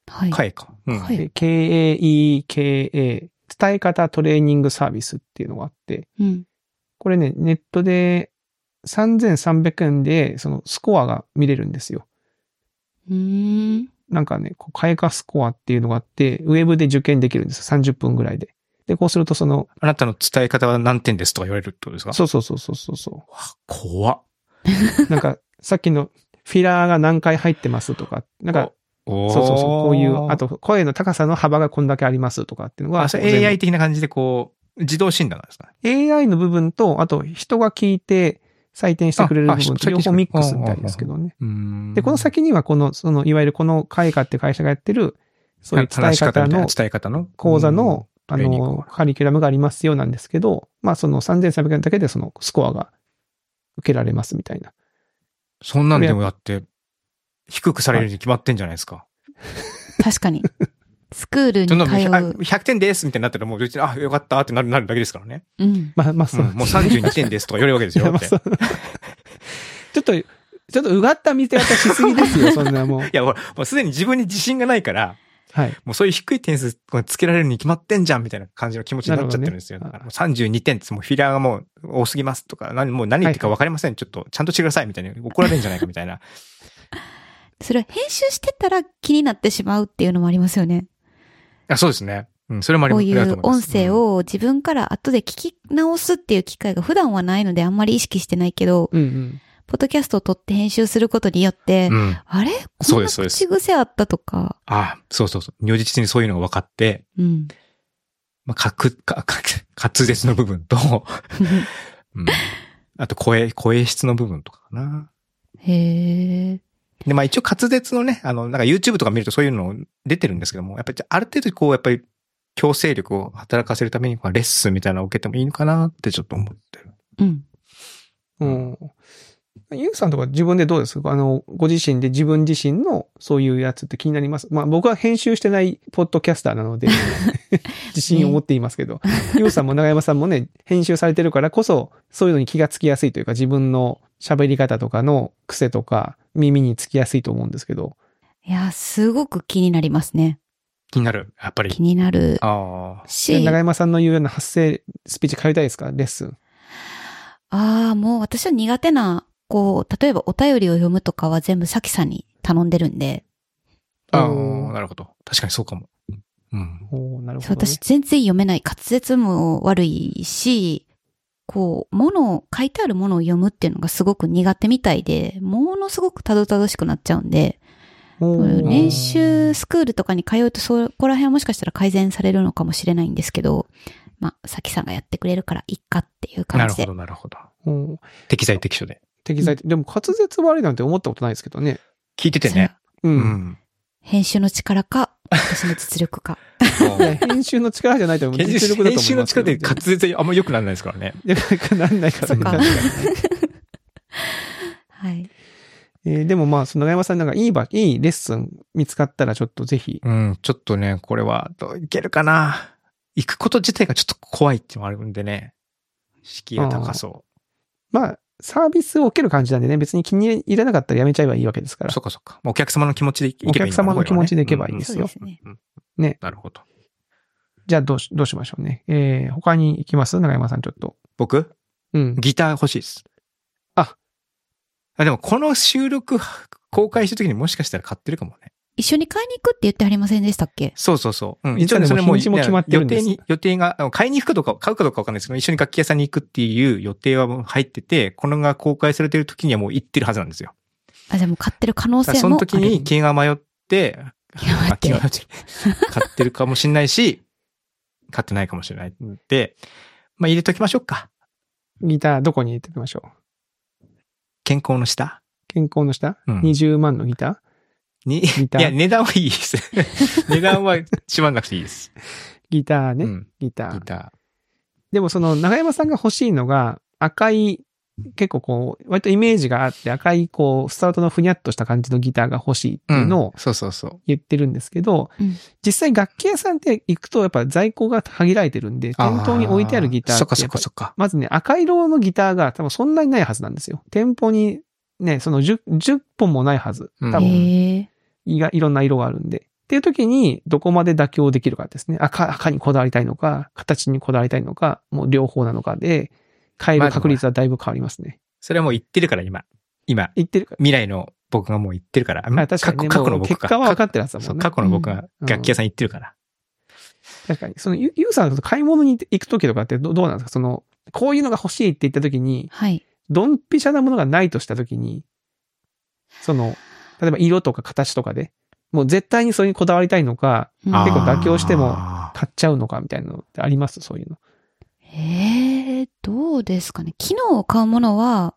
はい。 カエか。うん。 カエ。 ケーエーイーケーエー、伝え方トレーニングサービスっていうのがあって、 うん。 これね、ネットでさんぜんさんびゃくえんで、そのスコアが見れるんですよ。 うーん。 なんかね、カエカスコアっていうのがあって、ウェブで受験できるんですよ。さんじゅっぷんぐらいで。で、こうするとその、 あなたの伝え方は何点ですとか言われるってことですか？ そうそうそうそうそうそう。 怖っ。 なんか、さっきのフィラーが何回入ってますとか、なんか、 そうそうそうそう、こういう、あと声の高さの幅がこんだけありますとかっていうのが。 あ、それ エーアイ 的な感じでこう、自動診断なんですかね。 エーアイ の部分と、あと人が聞いて採点してくれる部分と両方ミックスみたいですけどね。で、この先にはこの、その、いわゆるこのカエカって会社がやってる、そういう伝え方の、 伝え方の講座の、あの、カリキュラムがありますよなんですけど、まあそのさんぜんさんびゃくえんだけでそのスコアが受けられますみたいな。 そんなんでもやって、低くされるに決まってんじゃないですか。 確かに。スクールに通う。 ひゃくてんですみたいになったらもう、あ、よかったってなる、なるだけですからね。 うん。 まあまあそう、 うん。もうさんじゅうにてんですとか言われるわけですよ。ってちょっと、ちょっとうがった見せ方しすぎですよ、そんなもう。いや、ほら、もうすでに自分に自信がないから、はい。もうそういう低い点数つけられるに決まってんじゃんみたいな感じの気持ちになっちゃってるんですよ。ね、だからもうさんじゅうにてんって、もうフィラーがもう多すぎますとか、何、もう何言ってるか分かりません。はい、ちょっとちゃんとしてくださいみたいに怒られるんじゃないかみたいな。 それ編集してたら気になってしまうっていうのもありますよね。 あ、そうですね。うん、それもあります。 こういう音声を自分から後で聞き直すっていう機会が普段はないのであんまり意識してないけど、 うんうん、 ポッドキャストを撮って編集することによって、うん、あれこんな口癖あったとか。 ああ、そうそうそう。如実にそういうのが分かって、うん。まあ、滑、か、か、滑舌の部分と、うん、あと声、声質の部分とかかな。 へえ。 で、まあ一応滑舌のね、あの、なんか YouTube とか見るとそういうの出てるんですけども、やっぱりある程度こう、やっぱり強制力を働かせるために、レッスンみたいなのを受けてもいいのかなってちょっと思ってる。 うん。 うん。ゆうさんとか自分でどうですか？あの、ご自身で自分自身のそういうやつって気になります？まあ僕は編集してないポッドキャスターなので、自信を持っていますけど、ゆうさんも長山さんもね、編集されてるからこそ、そういうのに気がつきやすいというか、自分の喋り方とかの癖とか、耳につきやすいと思うんですけど。 いや、すごく気になりますね。 気になる。やっぱり。 気になる。 ああ。 し、 長山さんの言うような発声スピーチ通いたいですか？レッスン。 ああ、もう私は苦手な、こう、例えばお便りを読むとかは全部さきさんに頼んでるんで。 ああ、なるほど。確かにそうかも。うん。 おなるほど、ね。 私全然読めない。滑舌も悪いし、こう、ものを、書いてあるものを読むっていうのがすごく苦手みたいで、ものすごくたどたどしくなっちゃうんで、練習スクールとかに通うとそこら辺はもしかしたら改善されるのかもしれないんですけど、まあ、さきさんがやってくれるからいっかっていう感じで。 なるほど、なるほど。適材適所で。 適材、でも滑舌悪いなんて思ったことないですけどね。 聞いててね。 うん。うん、 編集の力か、私の実力か。 いや編集の力じゃないと思う。実力だと思います。 編集の力で滑舌あんま良くならないですからね。 良くならないからね。 はい。 えー、でもまあ、その長山さんなんかいいば、いいレッスン見つかったらちょっとぜひ。 うん、ちょっとね、これは、どういけるかな。行くこと自体がちょっと怖いっていうのがあるんでね。敷居が高そう。 まあ、サービスを受ける感じなんでね、別に気に入らなかったらやめちゃえばいいわけですから。 そっかそっか。お客様の気持ちでいけばいい、ね、 お客様の気持ちでいけばいいですよ。 うん、そうですね。 ね。 なるほど。 じゃあどうし、どうしましょうね。えー、他に行きます長山さんちょっと。 僕うん。 ギター欲しいです。 あ。 あ、でもこの収録公開した時にもしかしたら買ってるかもね。 一緒に買いに行くって言ってありませんでしたっけ？ そうそうそう。うん、 一応ね、それも日も決まってるんです。 予定に、予定が、買いに行くかどうか、買うかどうかわかんないですけど、一緒に楽器屋さんに行くっていう予定はもう入ってて、このが公開されてる時にはもう行ってるはずなんですよ。 あ、じゃあもう買ってる可能性もある。 その時に気が迷って、 気が迷って。 気が迷って。買ってるかもしれないし、買ってないかもしれないんで、まあ入れときましょうか。 ギターどこに入れておきましょう？ 健康の下？ 健康の下、うん、にじゅうまんのギターに、いや、値段はいいです。値段はしまんなくていいです。 ギターね、うん。ギター。ギター。でもその、長山さんが欲しいのが、赤い、結構こう、割とイメージがあって、赤いこう、スタートのふにゃっとした感じのギターが欲しいっていうのを、 そうそうそう。 言ってるんですけど、実際楽器屋さんって行くとやっぱ在庫が限られてるんで、店頭に置いてあるギターって、 そっかそっかそっか。 まずね、赤色のギターが多分そんなにないはずなんですよ。店舗にね、その 10, じゅっぽんもないはず。多分。いがいろんな色があるんで。 っていう時に、どこまで妥協できるかですね。赤、赤にこだわりたいのか、形にこだわりたいのか、もう両方なのかで、変える確率はだいぶ変わりますね。 それはもう言ってるから、今。今。 言ってるから。 未来の僕がもう言ってるから。 あ、確かに、ね、 過去の僕結果は分かってるはずだもんね。 過去の僕が楽器屋さん行ってるから。 うん、確かに。その、ゆうさんが買い物に行く時とかってどうなんですか？その、こういうのが欲しいって言った時に、 はい。 ドンピシャなものがないとした時に、その、例えば色とか形とかで、もう絶対にそれにこだわりたいのか、うん、結構妥協しても買っちゃうのかみたいなのってあります？そういうの。 えー、どうですかね。機能を買うものは、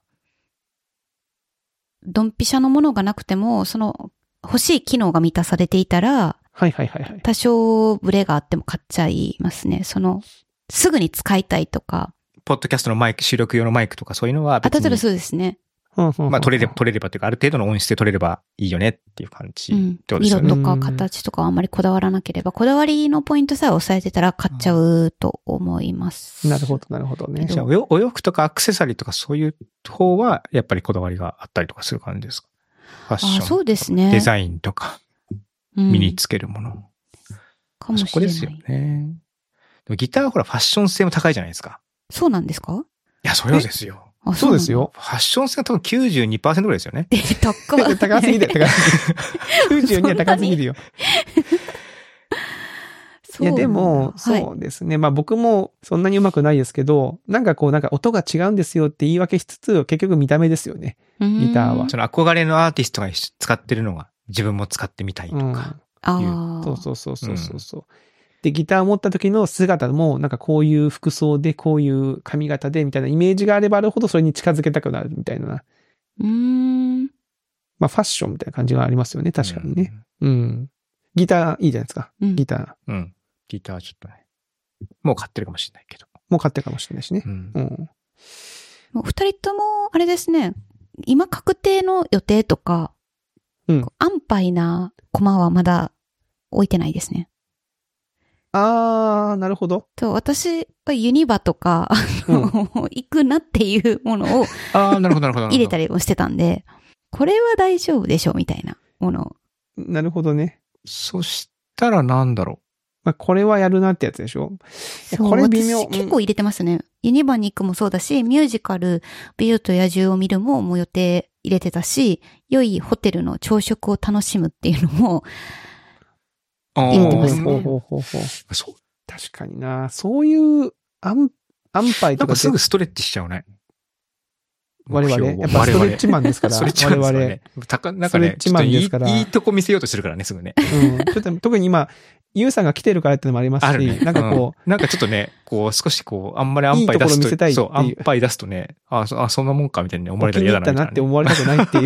ドンピシャのものがなくても、その欲しい機能が満たされていたら、 はいはいはいはい。 多少ブレがあっても買っちゃいますね。その、すぐに使いたいとか。 ポッドキャストのマイク、収録用のマイクとかそういうのは別に。 あ、例えばそうですね。 まあ取れれば、取れればというか、ある程度の音質で取れればいいよねっていう感じってことですよね。 うん、色とか形とかあんまりこだわらなければ、こだわりのポイントさえ抑えてたら買っちゃうと思います。 うん、なるほど、なるほどね。 じゃあお、お洋服とかアクセサリーとかそういう方は、やっぱりこだわりがあったりとかする感じですか？ファッション。あ、 そうですね。 デザインとか、身につけるもの。うん、 かもしれない。 そこですよね。でもギターはほらファッション性も高いじゃないですか。 そうなんですか？ いや、そうですよ。 あ、そうですよ。 ファッション性が多分 きゅうじゅうにパーセント ぐらいですよね。 え、高い。 高すぎる、高すぎる。きゅうじゅうには高すぎるよ。いや、でも、そうですね。はい、まあ僕もそんなに上手くないですけど、なんかこう、なんか音が違うんですよって言い訳しつつ、結局見た目ですよね。ギターは。 その憧れのアーティストが使ってるのが自分も使ってみたいとか。うん、 ああ。 そうそうそうそうそうそう。うん、で、ギターを持った時の姿も、なんかこういう服装で、こういう髪型で、みたいなイメージがあればあるほどそれに近づけたくなるみたいな。 うーん。 まあ、ファッションみたいな感じがありますよね、確かにね。うん。うん、ギターいいじゃないですか。うん、ギター。 うん。ギターちょっとね。もう買ってるかもしれないけど。 もう買ってるかもしれないしね。うん。うん、 もう二人とも、あれですね。今確定の予定とか、うん。安牌なコマはまだ置いてないですね。 あー、なるほど。 と、私はユニバとか、うん、行くなっていうものを、 あー、なるほど、なるほど。 入れたりもしてたんで、これは大丈夫でしょうみたいなものを。 なるほどね。 そしたらなんだろう。 まあ、これはやるなってやつでしょ。 そう、これ微妙。結構入れてますね。ユニバに行くもそうだし、ミュージカル、美女と野獣を見るももう予定入れてたし、良いホテルの朝食を楽しむっていうのも、入れてますね。 ほうほうほうほう。そう。確かにな。そういう安、安牌とか。 なんかすぐストレッチしちゃうね。 我々。やっぱストレッチマンですから。 我々。高なんかね、ちょっといい、いいとこ見せようとするからね、すぐね。 うん。ちょっと特に今、ユウさんが来てるからってのもありますし、ね、なんかこう、 うん、なんかちょっとね、こう少しこう、あんまり安牌出すと、いいところ見せたいそう、安牌出すとね、ああ、そんなもんかみたいに思われたら嫌だなみたいな、ね。 なって思われたくないっていう。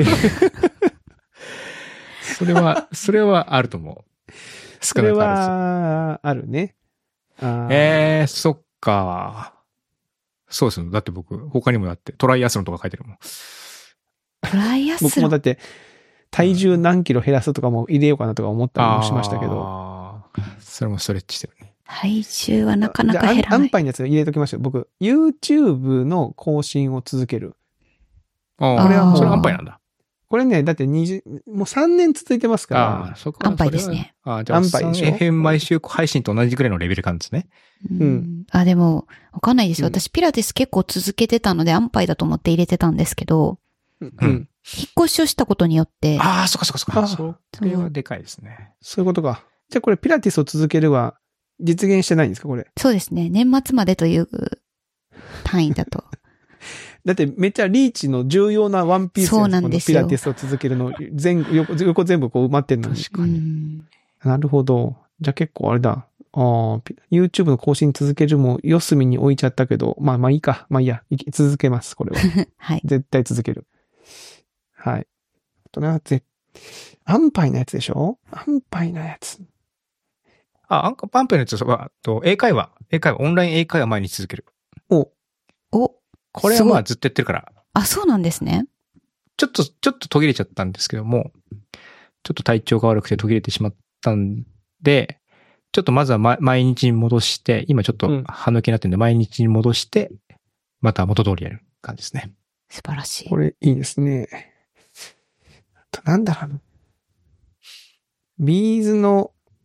それは、それはあると思う。 それは、あるね。 あえー、そっか。そうですよ。だって僕、他にもだってトライアスロンとか書いてるもん。 トライアスロン僕もだって、体重何キロ減らすとかも入れようかなとか思ったりもしましたけど。 ああ、それもストレッチしてるね。 体重はなかなか減らない。 安牌のやつ入れときましたよ。僕、YouTube の更新を続ける。 ああ、これはもう、それ安牌なんだ。 これね、だってにじゅう、もうさんねん続いてますから。 ああ、そこは。 安牌ですね。 ああ、じゃあ、安牌でしょ。エフエム 毎週配信と同じくらいのレベル感ですね。 うん。うん、あ、でも、わかんないですよ。私、ピラティス結構続けてたので、安牌だと思って入れてたんですけど、 うん。うん、 引っ越しをしたことによって。 ああ、そっかそっかそっか。それはでかいですね。 そういうことか。じゃあこれ、ピラティスを続けるは、実現してないんですか、これ。 そうですね。年末までという単位だと。 だってめっちゃリーチの重要なワンピースそうなんですよ。 ピラティスを続けるの、全横、横全部こう埋まってんのに。 確かに。 なるほど。じゃあ結構あれだ。ああ、YouTube の更新続けるも四隅に置いちゃったけど、まあまあいいか。まあいいや。続けます、これは。 はい。 絶対続ける。はい。あとな、ぜ、安牌なやつでしょ？安牌なやつ。 あ、アンパンペのやつは、と、英会話、英会話、オンライン英会話毎日続ける。 お。 お。 これはまあずっとやってるから。 あ、そうなんですね。 ちょっと、ちょっと途切れちゃったんですけども、ちょっと体調が悪くて途切れてしまったんで、ちょっとまずは、ま、毎日に戻して、今ちょっと歯抜けになってるんで、毎日に戻して、また元通りやる感じですね。 素晴らしい。 これいいですね。あとなんだろう。ビーズの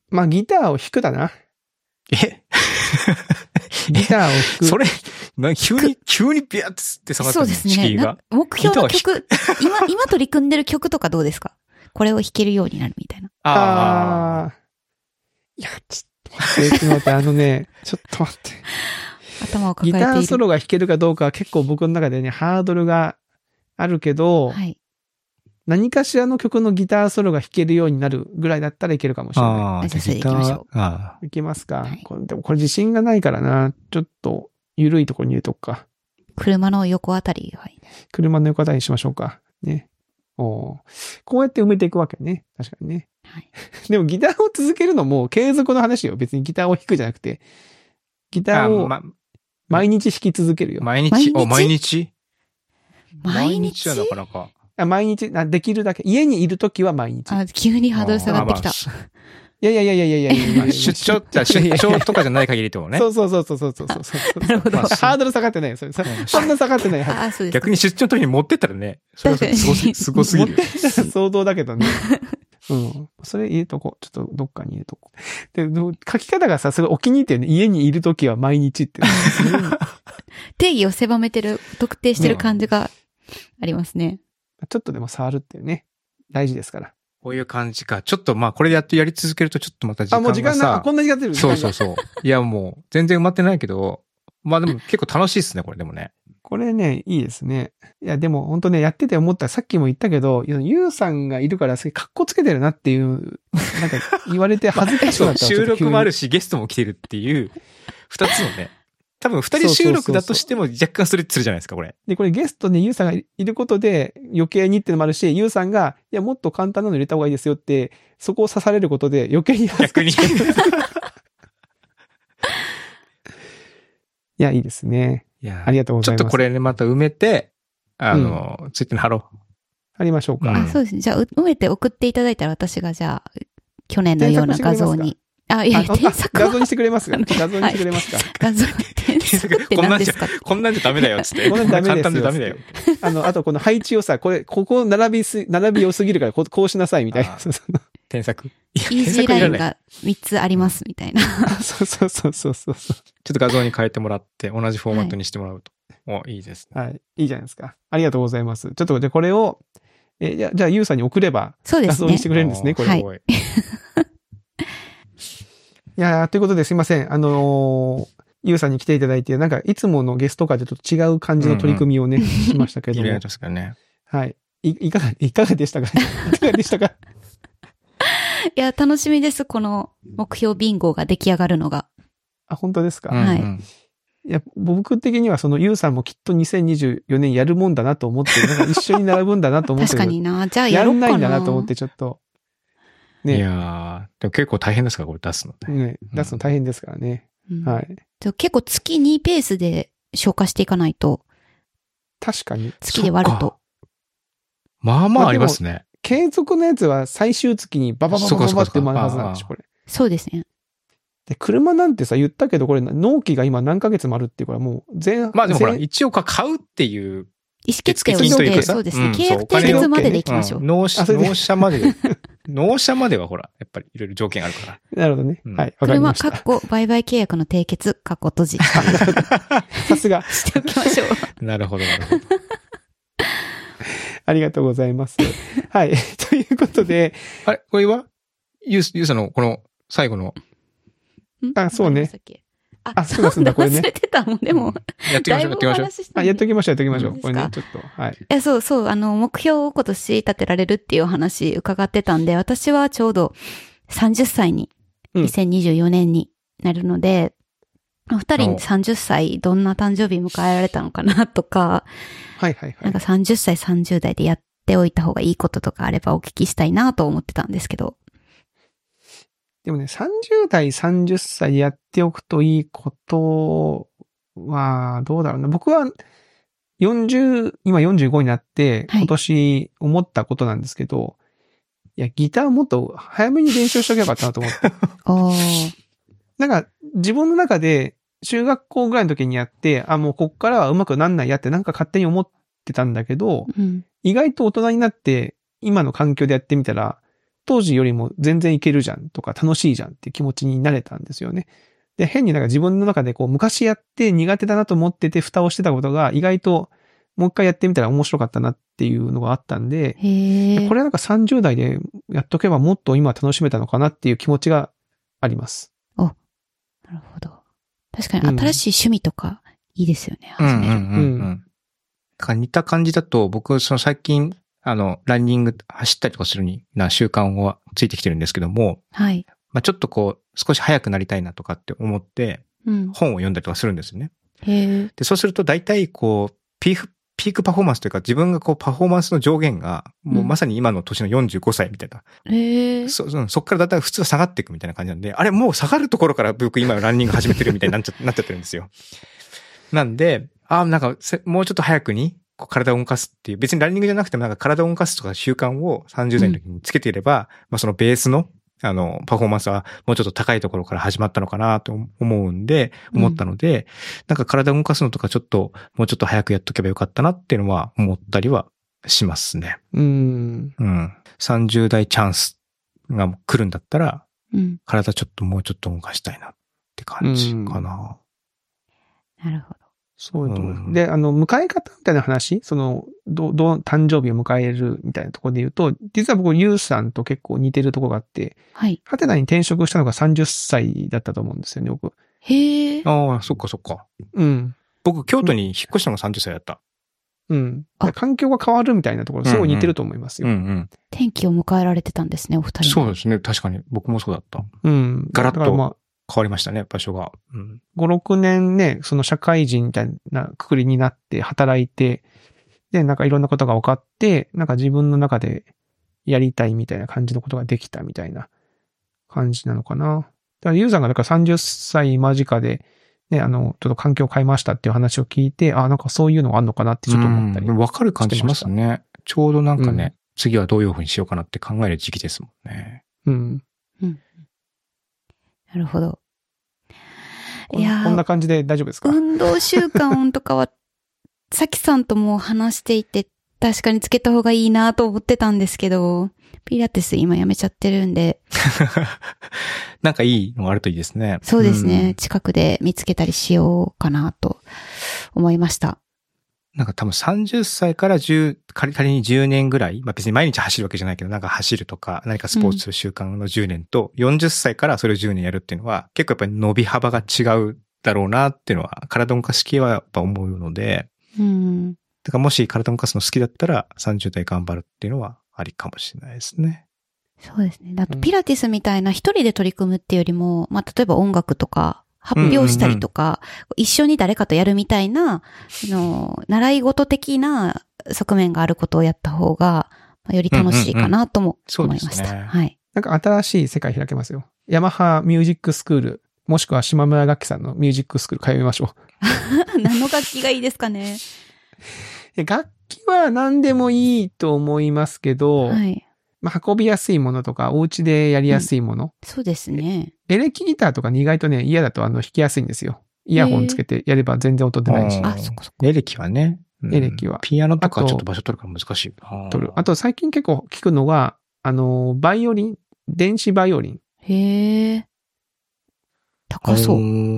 まあギターを弾くだな。 えギターを弾く。 それ、な急に、急にビャッって下がったのそうですね。 敷居が。 目標の曲、今、今取り組んでる曲とかどうですか？これを弾けるようになるみたいな。 ああ。 あ。いや、ちょっと待って、ちょっと待って、あのね、ちょっと待って。 頭を抱えている。 ギターソロが弾けるかどうかは結構僕の中でね、ハードルがあるけど、 はい。 何かしらの曲のギターソロが弾けるようになるぐらいだったらいけるかもしれない。 ああ、 じゃあそれで行きましょうああ。 いけますか、 はいこれでもこれ自信がないからな。ちょっと、緩いところに入れとくか。 車の横あたりがいいね。 車の横あたりにしましょうか。ね。おーこうやって埋めていくわけね。確かにね。 はい。 でもギターを続けるのも継続の話よ。別にギターを弾くじゃなくて。ギターをま、 毎日弾き続けるよ。 毎日、 毎日お、毎日毎日はなかなか。 あ毎日あ、できるだけ。家にいるときは毎日。 あ、急にハードル下がってきた。 あまあいやいやいやいやいやいやいやいや出張、じゃあ出張とかじゃない限りともね。 そうそうそうそうそうそうそうそう。 なるほど。 ハードル下がってないよ。それそそんな下がってないはず。 あ、そうです。 逆に出張の時に持ってったらね、それは確かにすごすすごすぎる持っ。てきたら想像だけどね。うん。それ入れとこう。ちょっとどっかに入れとこう。で、どう書き方がさ、すごいお気に入ってるね。家にいるときは毎日って。 定義を狭めてる、特定してる感じがありますね。 ちょっとでも触るっていうね。大事ですから。 こういう感じか。ちょっとまあこれやってやり続けるとちょっとまた時あ、 間がさ。 もう時間な、あこんな時間出るそうそうそう。いやもう全然埋まってないけど、まあでも結構楽しいですね、これでもね。 これね、いいですね。いや、でも本当ね、やってて思った、さっきも言ったけど、ゆうさんがいるから、それ格好つけてるなっていう、なんか言われて恥ずかしくなった収録もあるし。 し、ゲストも来てるっていう、二つのね。多分二人収録だとしても若干ストレッチするじゃないですか、これ。 で、これゲストにゆうさんがいることで余計にっていうのもあるし、ゆうさんが、いや、もっと簡単なの入れた方がいいですよって、そこを刺されることで余計に恥ずかしい。 逆に。 いや、いいですね。 いやありがとうございます。 ちょっとこれね、また埋めて、あの、ツイッターに貼ろう。 貼りましょうか。 うんあ、そうですね。じゃあ、う埋めて送っていただいたら私がじゃあ、去年のような画像に。あ、いや、 あ添削は画像にしてくれます画像にしてくれますか、 画像に添削って何ですか？ こんなんじゃダメだよ、つって。 こんなんダメですよ簡単でダメだよ。 あの、あとこの配置をさ、これ、ここ並びす、並び良すぎるからこう、こうしなさいみたいな。 あその添削。 イージーラインがみっつありますみたいな。 そうそうそうそうそう。 ちょっと画像に変えてもらって、同じフォーマットにしてもらうと。お、いいですね。 はい。いいじゃないですか。ありがとうございます。ちょっと、じゃあこれを、え、じゃあ、じゃあ、ゆうさんに送れば、 そうですね画像にし。てくれるんですね、これ。 はいはい。 いやー、ということですいません。あのー、ゆうさんに来ていただいて、なんか、いつものゲスト会とちょっと違う感じの取り組みをね、しましたけども。 いろいろですかね。 はい。い、いかが、いかがでしたかいかがでしたかいや、楽しみです。この目標ビンゴが出来上がるのが。 あ、本当ですか、 はいうんうんいや、僕的にはそのゆうさんもきっとにせんにじゅうよねんやるもんだなと思って、なんか一緒に並ぶんだなと思って。 確かにな。じゃあややろうかな。 んないんだなと思ってちょっと。ね。 いやー、でも結構大変ですから、これ出すのね。 ね、出すの大変ですからね。 うんはい。 じゃあ結構月にペースで消化していかないと、 確かに。 月で割ると。 まあまあありますね。 継続のやつは最終月にバババババババって埋まるはずなんでしょ、これ。 そうですね。 で、車なんてさ、言ったけど、これ、納期が今何ヶ月もあるっていうから、もう、全、 まあでもほら、 全一応買うっていう、 意思決定を決して、 金というかさそうですね。 うん契約締結まででいきましょう。 うん納車、 あそれで納車まで、納車まではほら、やっぱりいろいろ条件あるから。 なるほどね。 うんはい、わかりま車、 した。 かっこ、売買契約の締結、かっこ閉じ。 さすが。 しておきましょう。 なるほど、なるほど。 ありがとうございます。はい。ということで、 あれこれはユース、ユースのこの最後の、 んあそうね。 わかりましたっけあ、 あそうだそうだこれね忘れてたもん。でも、 やってみましょう、やってみましょう。 あ、やっときましょう、やっときましょう。 うんこれね、ちょっと、はい。 いや、そうそう、あの、目標を今年立てられるっていうお話伺ってたんで、私はちょうどさんじゅっさいに、 うんにせんにじゅうよねんになるので、お二人おさんじゅっさいどんな誕生日迎えられたのかなとか、 はいはいはいなんか。さんじゅっさい、さんじゅう代でやっておいた方がいいこととかあればお聞きしたいなと思ってたんですけど。 でもね、さんじゅう代、さんじゅっさいやっておくといいことは、どうだろうな。僕は、よんじゅう、今よんじゅうごになって、 はい今年思ったことなんですけど、いや、ギターもっと早めに練習しとけばよかったなと思って。 おー。 なんか、自分の中で、中学校ぐらいの時にやって、あ、もうこっからは上手くなんないやってなんか勝手に思ってたんだけど、 うん。 意外と大人になって、今の環境でやってみたら、 当時よりも全然いけるじゃんとか楽しいじゃんっていう気持ちになれたんですよね。で、変になんか自分の中でこう昔やって苦手だなと思ってて蓋をしてたことが意外ともう一回やってみたら面白かったなっていうのがあったんで、 へこれはなんかさんじゅう代でやっとけばもっと今楽しめたのかなっていう気持ちがあります。 お、なるほど。確かに新しい趣味とかいいですよね、 うん、 始める。 うんうんうんうんだから似た感じだと、僕、その最近、あの、ランニング、走ったりとかするにな習慣はついてきてるんですけども、 はい。 まあちょっとこう、少し速くなりたいなとかって思って、 うん。 本を読んだりとかするんですよね。 へえ。 で、そうすると大体こう、ピーク、ピークパフォーマンスというか自分がこうパフォーマンスの上限が、もうまさに今の年のよんじゅうごさいみたいな。 へえ。 そ、そっからだんだん普通は下がっていくみたいな感じなんで、あれもう下がるところから僕今ランニング始めてるみたいになっちゃ、なっちゃってるんですよ。なんで、ああ、なんかもうちょっと早くにこう体を動かすっていう、別にランニングじゃなくてもなんか体を動かすとか習慣をさんじゅう代の時につけていれば、うん、まあそのベースのあの、パフォーマンスはもうちょっと高いところから始まったのかなと思うんで、思ったので、うん、なんか体を動かすのとかちょっと、もうちょっと早くやっとけばよかったなっていうのは思ったりはしますね。 うん。 うん。さんじゅう代チャンスが来るんだったら、 うん、 体ちょっともうちょっと動かしたいなって感じかな。 うん、なるほど。 そういうところです。うん、で、あの、迎え方みたいな話、その、どう、どう、誕生日を迎えるみたいなところで言うと、実は僕、ユウさんと結構似てるところがあって、 はい。 ハテナに転職したのがさんじゅっさいだったと思うんですよね、僕。 へえ。 ああ、そっかそっか。 うん。 僕、京都に引っ越したのがさんじゅっさいだった。 うん。環境が変わるみたいなところ、すごい似てると思いますよ。 うんうん。うんうん、 転機を迎えられてたんですね、お二人。 そうですね。確かに。僕もそうだった。 うん。 ガラッと変わりましたね、場所が。うん、 ご、ろくねんね、その社会人みたいなくくりになって働いて、で、なんかいろんなことが分かって、なんか自分の中でやりたいみたいな感じのことができたみたいな感じなのかな。だからユーザーがだからさんじゅっさい間近で、ね、あの、ちょっと環境を変えましたっていう話を聞いて、あ、なんかそういうのがあるのかなってちょっと思ったり。 わかる感じしますね。ちょうどなんかね、うん、次はどういうふうにしようかなって考える時期ですもんね。 うん。 うん。なるほど。 いやこんな感じで大丈夫ですか？ 運動習慣とかは、さきさんとも話していて、確かにつけた方がいいなと思ってたんですけど、ピラティス今やめちゃってるんで。 なんかいいのがあるといいですね。 そうですね。うん、近くで見つけたりしようかなと思いました。 なんか多分さんじゅっさいからじゅう、仮にじゅうねんぐらい、まあ別に毎日走るわけじゃないけど、なんか走るとか、何かスポーツする習慣のじゅうねんと、よんじゅっさいからそれをじゅうねんやるっていうのは、結構やっぱり伸び幅が違うだろうなっていうのは、体動かし系はやっぱ思うので、 うん。 だからもし体動かすの好きだったら、さんじゅう代頑張るっていうのはありかもしれないですね。 そうですね。だとピラティスみたいな一人で取り組むっていうよりも、まあ例えば音楽とか、発表したりとか、うんうんうん、一緒に誰かとやるみたいな、あの、習い事的な側面があることをやった方が、より楽しいかなとも思いました。うんうんうん、はい。 なんか新しい世界開けますよ。ヤマハミュージックスクール、もしくは島村楽器さんのミュージックスクール通いましょう。何の楽器がいいですかね。 楽器は何でもいいと思いますけど、はい。まあ、運びやすいものとか、お家でやりやすいもの。うん、 そうですね。 エレキギターとか意外とね、嫌だとあの弾きやすいんですよ。イヤホンつけてやれば全然音出ないし。 あ、そこそこ。 エレキはね。 うん、エレキは。 ピアノとかちょっと場所取るから難しい。 取る。あと最近結構聞くのが、あの、バイオリン、電子バイオリン。 へえ。高そう。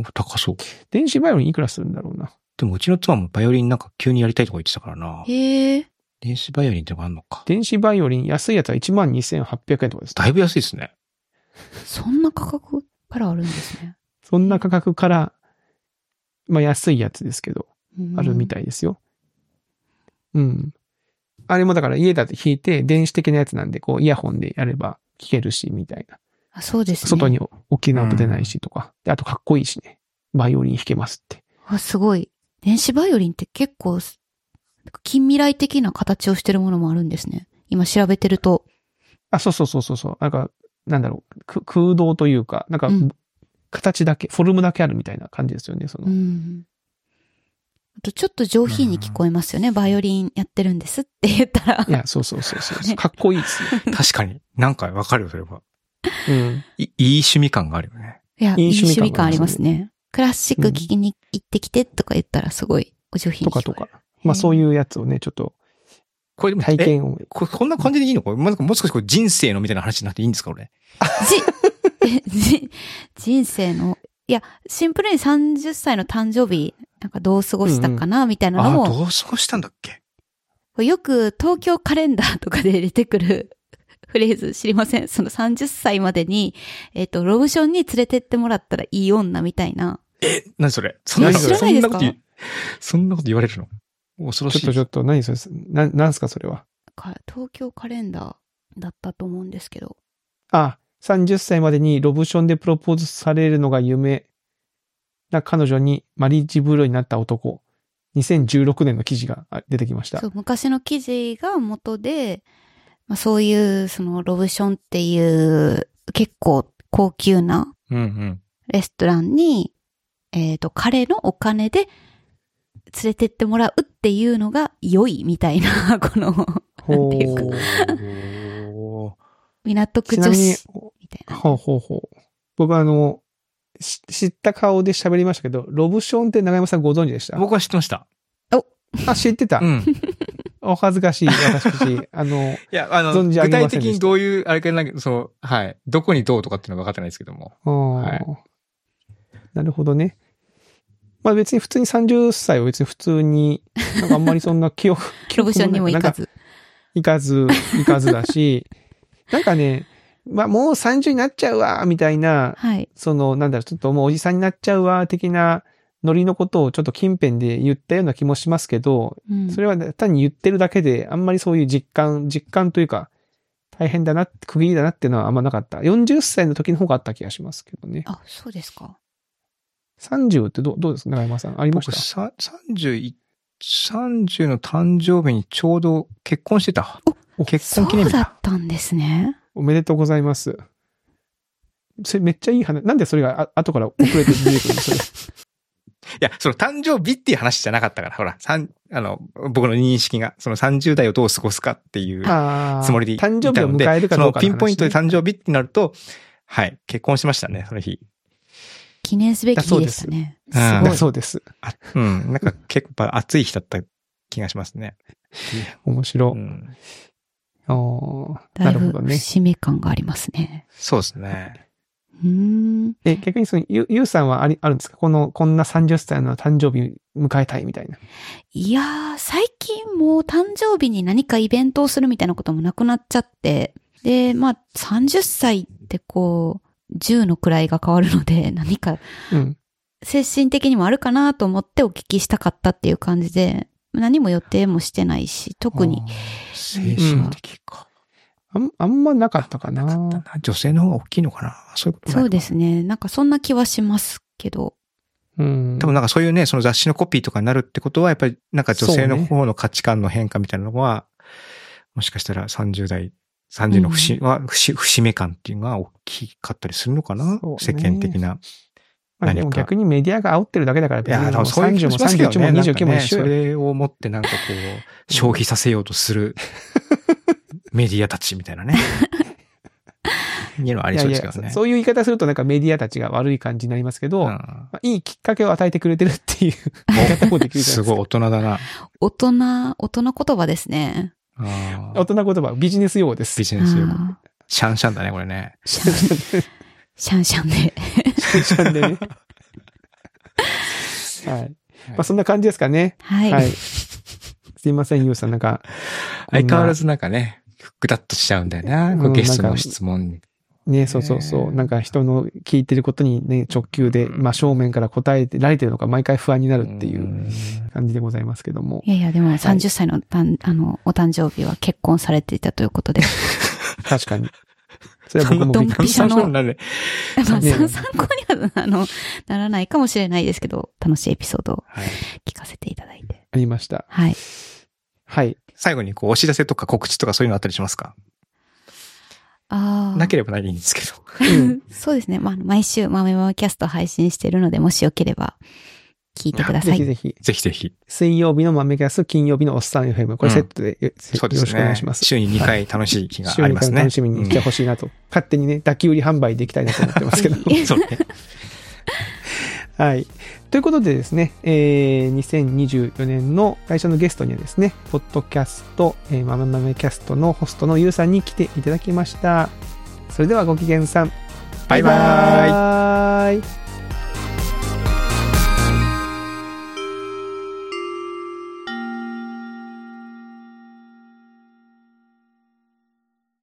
高そう。 電子バイオリンいくらするんだろうな。 でもうちの妻もバイオリンなんか急にやりたいとか言ってたからな。 へえ。 電子バイオリンってのがあるのか。 電子バイオリン、安いやつはいちまんにせんはっぴゃくえんとかです、ね。 だいぶ安いですね。 そんな価格からあるんですね。 そんな価格から、まあ安いやつですけど、あるみたいですよ。うん。あれもだから家だと弾いて、電子的なやつなんで、こうイヤホンでやれば聴けるし、みたいな。 あ、そうですね。 外に大きな音出ないしとか。で、あとかっこいいしね。バイオリン弾けますって。 あ、すごい。電子バイオリンって結構、近未来的な形をしてるものもあるんですね。今調べてると。 あ、そうそうそうそうそう。なんか、なんだろう、空洞というか、なんか、うん、形だけ、フォルムだけあるみたいな感じですよね、その。うん。 あとちょっと上品に聞こえますよね。バイオリンやってるんですって言ったら。 いや、そうそうそうそう、ね。かっこいいですね。 確かに。なんかわかるよ、それは。 うん。 いいい趣味感があるよね。 いや、いい趣味感、いい趣味感ありますね。クラシック聞きに行ってきてとか言ったらすごいお上品に聞こえる。 とかとか。まあそういうやつをね、ちょっとこれでも、 体験を。 こ, こんな感じでいいのか、ま、もう少しこう人生のみたいな話になっていいんですかこれ。 じ、え、じ、人生の、いや、シンプルにさんじゅっさいの誕生日、なんかどう過ごしたかな、みたいなのも。 あ、どう過ごしたんだっけ？ よく東京カレンダーとかで出てくるフレーズ知りません？そのさんじゅっさいまでに、えっと、ロブションに連れてってもらったらいい女みたいな。 え、何それ？そんなこと、 知らないですか？ そんなこと、そんなこと言われるの？恐ろしい。 ちょっとちょっと、何それ？な、なんすかそれは。 東京カレンダーだったと思うんですけど。 あ、さんじゅっさいまでにロブションでプロポーズされるのが夢な彼女にマリッジブルーになった男。にせんじゅうろくねんの記事が出てきました。 そう、昔の記事が元で、まあ、そういう、その、ロブションっていう、結構高級なレストランに、うんうん、えっと、彼のお金で連れてってもらうっていうのが良いみたいな、この、なんていうか、港区女子みたいな。 ほうほうほう。僕はあの、知った顔で喋りましたけど、ロブションって長山さんご存知でした？ 僕は知ってました。 お、あ、知ってた。 うん。 お恥ずかしい、私。あの、 いや、あの、具体的にどういう、あれかな、そう、はい。どこにどうとかっていうのは分かってないですけども。 はい。なるほどね。まあ別に普通にさんじゅっさいは別に普通に、なんかあんまりそんな記憶、 ロブションにも行かず。 行かず、行かずだし、なんかね、まあもうさんじゅうになっちゃうわ、みたいな、 はい。 その、なんだろう、ちょっともうおじさんになっちゃうわ、的なノリのことをちょっと近辺で言ったような気もしますけど、うん、それは単に言ってるだけで、あんまりそういう実感、実感というか、大変だな、区切りだなっていうのはあんまなかった。よんじゅっさいの時の方があった気がしますけどね。 あ、そうですか。 さんじゅうってどう、どうですか長山さん。ありました？ 僕さ、さんじゅう、さんじゅうの誕生日にちょうど結婚してた。 お、結婚記念日だ。そうだったんですね。 おめでとうございます。それめっちゃいい話。なんでそれがあ後から遅れて出てくるのそれ。いや、その誕生日っていう話じゃなかったから、ほら、三、あの、僕の認識が、そのさんじゅう代をどう過ごすかっていうつもりでいたので、 誕生日を迎えるかどうかの話、ね、 そのピンポイントで誕生日ってなると、はい、結婚しましたね、その日。 記念すべき日でしたね。 すごい。そうです。 うん。なんか結構暑い日だった気がしますね。 面白い。 うんおなるほどね。 節目感がありますね。 そうですね。 うーん。 え、逆にその、ゆ、ゆうさんはあり、あるんですか？この、こんなさんじゅっさいの誕生日迎えたいみたいな。 いやー、最近もう誕生日に何かイベントをするみたいなこともなくなっちゃって、で、まあ、さんじゅっさいってこう、じゅうの位が変わるので、何か、精神的にもあるかなと思ってお聞きしたかったっていう感じで、何も予定もしてないし、特に。 精神的か。 あん、あんまなかったかな。 なかったな。女性の方が大きいのかな。そういうことそうですね。なんかそんな気はしますけど。 うん。 多分なんかそういうね、その雑誌のコピーとかになるってことは、やっぱりなんか女性の方の価値観の変化みたいなのは、ね、もしかしたらさんじゅう代、さんじゅうの節、うん、は節、節目感っていうのが大きかったりするのかな、ね、世間的な。 まあでも逆にメディアが煽ってるだけだから別にもうさんじゅうもさんじゅういちもにじゅうきゅうも一緒よ。 それをもってなんかこう、消費させようとするメディアたちみたいなね。いうのはありそうですけどね。 いやいやそういう言い方するとなんかメディアたちが悪い感じになりますけど、うんまあ、いいきっかけを与えてくれてるっていう言い方もできるじゃないですか。 すごい大人だな。 大人、大人言葉ですね。 あ大人言葉、ビジネス用語です。 ビジネス用語。シャンシャンだね、これね。 シャンシャンシャンで。 シャンシャンでね。はい。まあそんな感じですかね。 はい。 はい。すいません、ゆうさん、なんか。 相変わらずなんかね、ぐだっとしちゃうんだよな、うん、ゲストの質問に。 ね、そうそうそう。なんか人の聞いてることにね、直球で、まあ正面から答えてられてるのか毎回不安になるっていう感じでございますけども。 いやいや、でもさんじゅっさいのたん、はい、あの、お誕生日は結婚されていたということで。 確かに。それは僕もびっくりした。 ドンピシャの、まあ、参考には、あの、ならないかもしれないですけど、楽しいエピソードを聞かせていただいて。はい、 ありました。 はい。 はい。 最後にこう、お知らせとか告知とかそういうのあったりしますか？ ああ。 なければないでいいんですけど。 うん、そうですね。まあ、毎週、マメマメキャスト配信しているので、もしよければ、聞いてください。 ぜひぜひ。 ぜひぜひ。 水曜日のマメキャスト、金曜日のおっさん エフエム。これセットで、うん、そうですね、よろしくお願いします。 週ににかい楽しい日がありますね。 週ににかい楽しみにしてほしいなと。うん、勝手にね、抱き売り販売できたいなと思ってますけど。 そうね。 はい。ということでですね、えー、にせんにじゅうよねんの最初のゲストにはですね、ポッドキャスト、えー、まめまめキャストのホストのゆうさんに来ていただきました。それではごきげんさん。 バイバーイ。 バイバーイ。